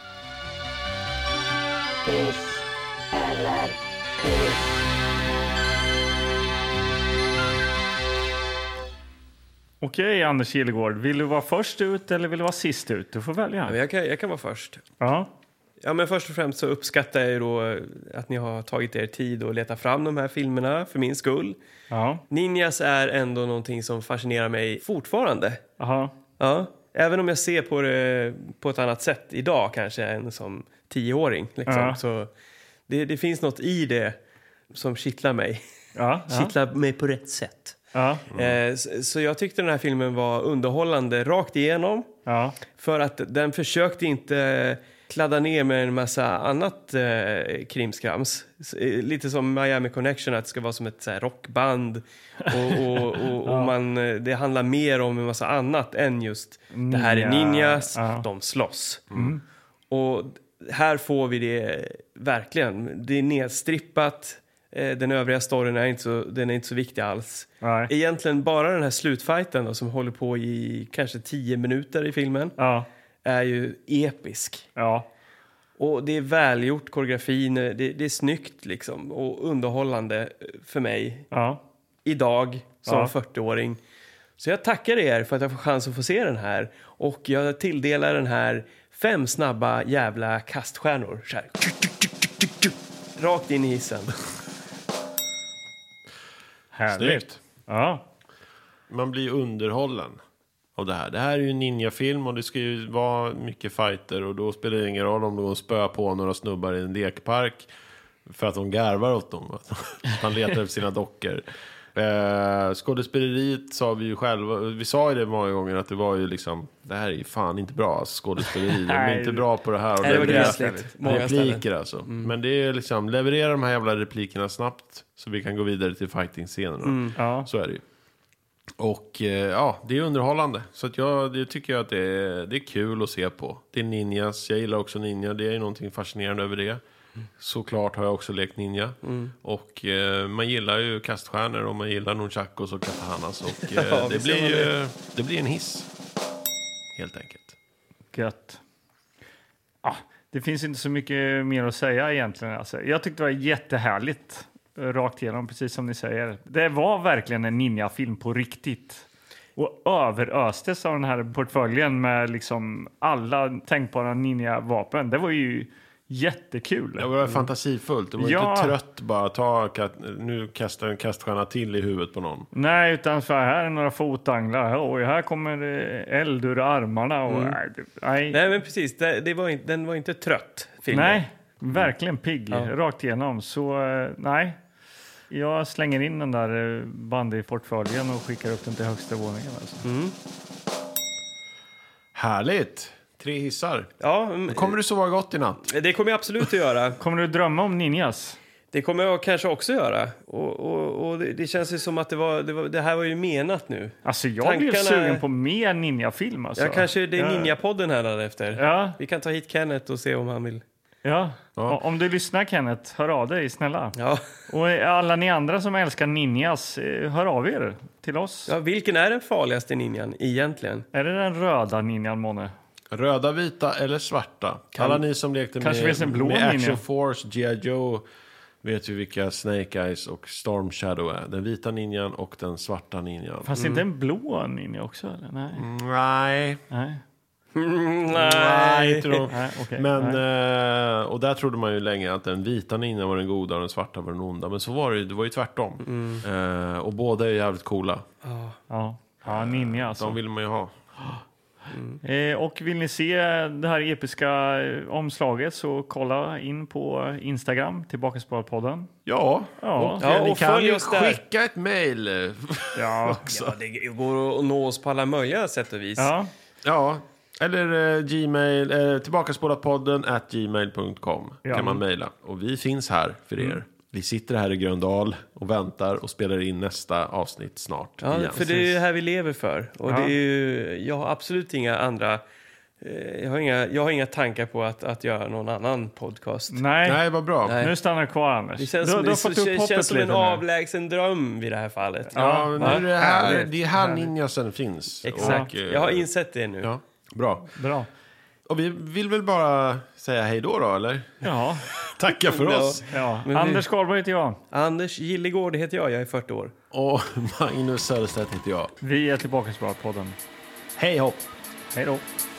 Okej, Anders Kilegård. Vill du vara först ut eller vill du vara sist ut? Du får Ja, välja. men jag, kan, jag kan vara först. Ja, Ja, men först och främst så uppskattar jag ju då att ni har tagit er tid att leta fram de här filmerna för min skull. ja, Ninjas är ändå någonting som fascinerar mig fortfarande. aha. Ja, även om jag ser på det på ett annat sätt idag kanske än som tioåring. Liksom. Ja. Så det, det finns något i det som kittlar mig. Ja, ja, Kittlar mig på rätt sätt. ja, Eh, så, så jag tyckte den här filmen var underhållande rakt igenom. ja, För att den försökte inte kladda ner med en massa annat eh, krimskrams. S- eh, Lite som Miami Connection, att det ska vara som ett så här, rockband. Och, och, och, och man, eh, det handlar mer om en massa annat än just det här är Ninja, ninjas, ja. de slåss. Och här får vi det verkligen. Det är nedstrippat. Eh, Den övriga storyn är inte så, den är inte så viktig alls. nej, Egentligen bara den här slutfighten då, som håller på i kanske tio minuter i filmen ja, är ju episk. ja, Och det är välgjort, koreografin, det, det är snyggt liksom och underhållande för mig ja. idag som Ja. fyrtioåring. Så jag tackar er för att jag får chans att få se den här. Och jag tilldelar den här fem snabba jävla kaststjärnor. Så här. Rakt in i hissen. Härligt. Snyggt. Ja, Man blir underhållen av det här. Det här är ju en ninjafilm och det ska ju vara mycket fighter och då spelar det ingen roll om de spöar på några snubbar i en lekpark för att de garvar åt dem. Att han letar efter sina dockor. Eh, skådespeleriet sa vi ju själva, vi sa ju det många gånger att det var ju liksom, det här är ju fan inte bra alltså, skådespeleri, de är Nej. inte bra på det här och Nej, det var leverera gräsligt. Många ställen. repliker alltså. Men det är liksom, leverera de här jävla replikerna snabbt så vi kan gå vidare till fighting-scenerna. ja. Så är det ju. Och eh, ja, det är underhållande. Så att jag det tycker jag att det är, det är kul att se på. Det är ninjas, jag gillar också ninja. Det är någonting fascinerande över det. Mm. Såklart har jag också lekt ninja. Mm. Och eh, man gillar ju kaststjärnor och man gillar nunchakos och katanas. Och eh, ja, det, blir ju, det. det blir en hiss. Helt enkelt. Gött. Ah, det finns inte så mycket mer att säga egentligen. Alltså, jag tyckte det var jättehärligt. Rakt igenom, precis som ni säger. Det var verkligen en ninja-film på riktigt. Och överöstes av den här portföljen med liksom alla tänkbara ninja-vapen. Det var ju jättekul. Det var fantasifullt. Det var ja. inte trött bara ta nu kastar en kaststjärna till i huvudet på någon. Nej, utan så här är några fotanglar. Och här kommer eld ur armarna. Och, mm. nej. nej, men precis. Det, det var inte, den var inte trött, filmen. Nej, verkligen pigg. Ja. Rakt igenom. Så nej. Jag slänger in den där bandyportföljen och skickar upp den till högsta våningen. Alltså. Mm. Härligt. Tre hissar. Ja, kommer du sova gott i natt? Det kommer jag absolut att göra. Kommer du drömma om ninjas? Det kommer jag kanske också göra. Och, och, och det, det känns ju som att det, var, det, var, det här var ju menat nu. Alltså jag Tankarna... blir sugen på mer ninja-film. Alltså. Ja, kanske det är ja. Ninja-podden här därefter. Ja. Vi kan ta hit Kenneth och se om han vill... Ja. ja, om du lyssnar Kenneth, hör av dig snälla. Ja. Och alla ni andra som älskar ninjas, hör av er till oss. Ja, vilken är den farligaste ninjan egentligen? Är det den röda ninjan, Måne? Röda, vita eller svarta? Kan... Alla ni som lekte Kanske med, en blå med Action ninja. Force, G I. Joe vet ju vilka Snake Eyes och Storm Shadow är. Den vita ninjan och den svarta ninjan. Fast mm. inte en blå ninja också? Eller? Nej. Mm, nej. Nej. Mm, nej, inte då. nej okay, men nej. Eh, och där trodde man ju länge att den vita ninjan var den goda och den svarta var den onda. Men så var det, det var ju tvärtom. Mm. Eh, och båda är jävligt coola. Oh. Ja, ja, ninja alltså. De vill man ju ha. Mm. Eh, och vill ni se det här episka omslaget så kolla in på Instagram, Tillbakaspårat-podden. Ja, ja. och, ja, och ni kan ju skicka där. ett mejl. Ja. ja, det går att nå oss på alla möjliga sätt och vis. Ja, ja. Eller eh, Gmail, eh, tillbakaspåratpodden at gmail punkt com ja. kan man mejla. Och vi finns här för er. Mm. Vi sitter här i Gröndal och väntar och spelar in nästa avsnitt snart. Ja, igen. för det är ju här vi lever för. Och ja. det är ju, jag har absolut inga andra... Eh, jag, har inga, jag har inga tankar på att, att göra någon annan podcast. Nej, Nej vad bra. Nej. Nu stannar kvar, Anders. Det känns du, som, du har fått det, upp känns som en nu. avlägsen dröm i det här fallet. Ja, ja nu är det här, det är här ninjasen finns. Exakt, och, jag har insett det nu. Ja, bra. Bra. Och vi vill väl bara säga hej då då, eller? Ja. Tacka för oss. Ja. Anders Skarborg heter jag. Anders Gillegård heter jag, jag är fyrtio år. Och Magnus Söderstedt heter jag. Vi är tillbaka på podden. Hej hopp. Hej då.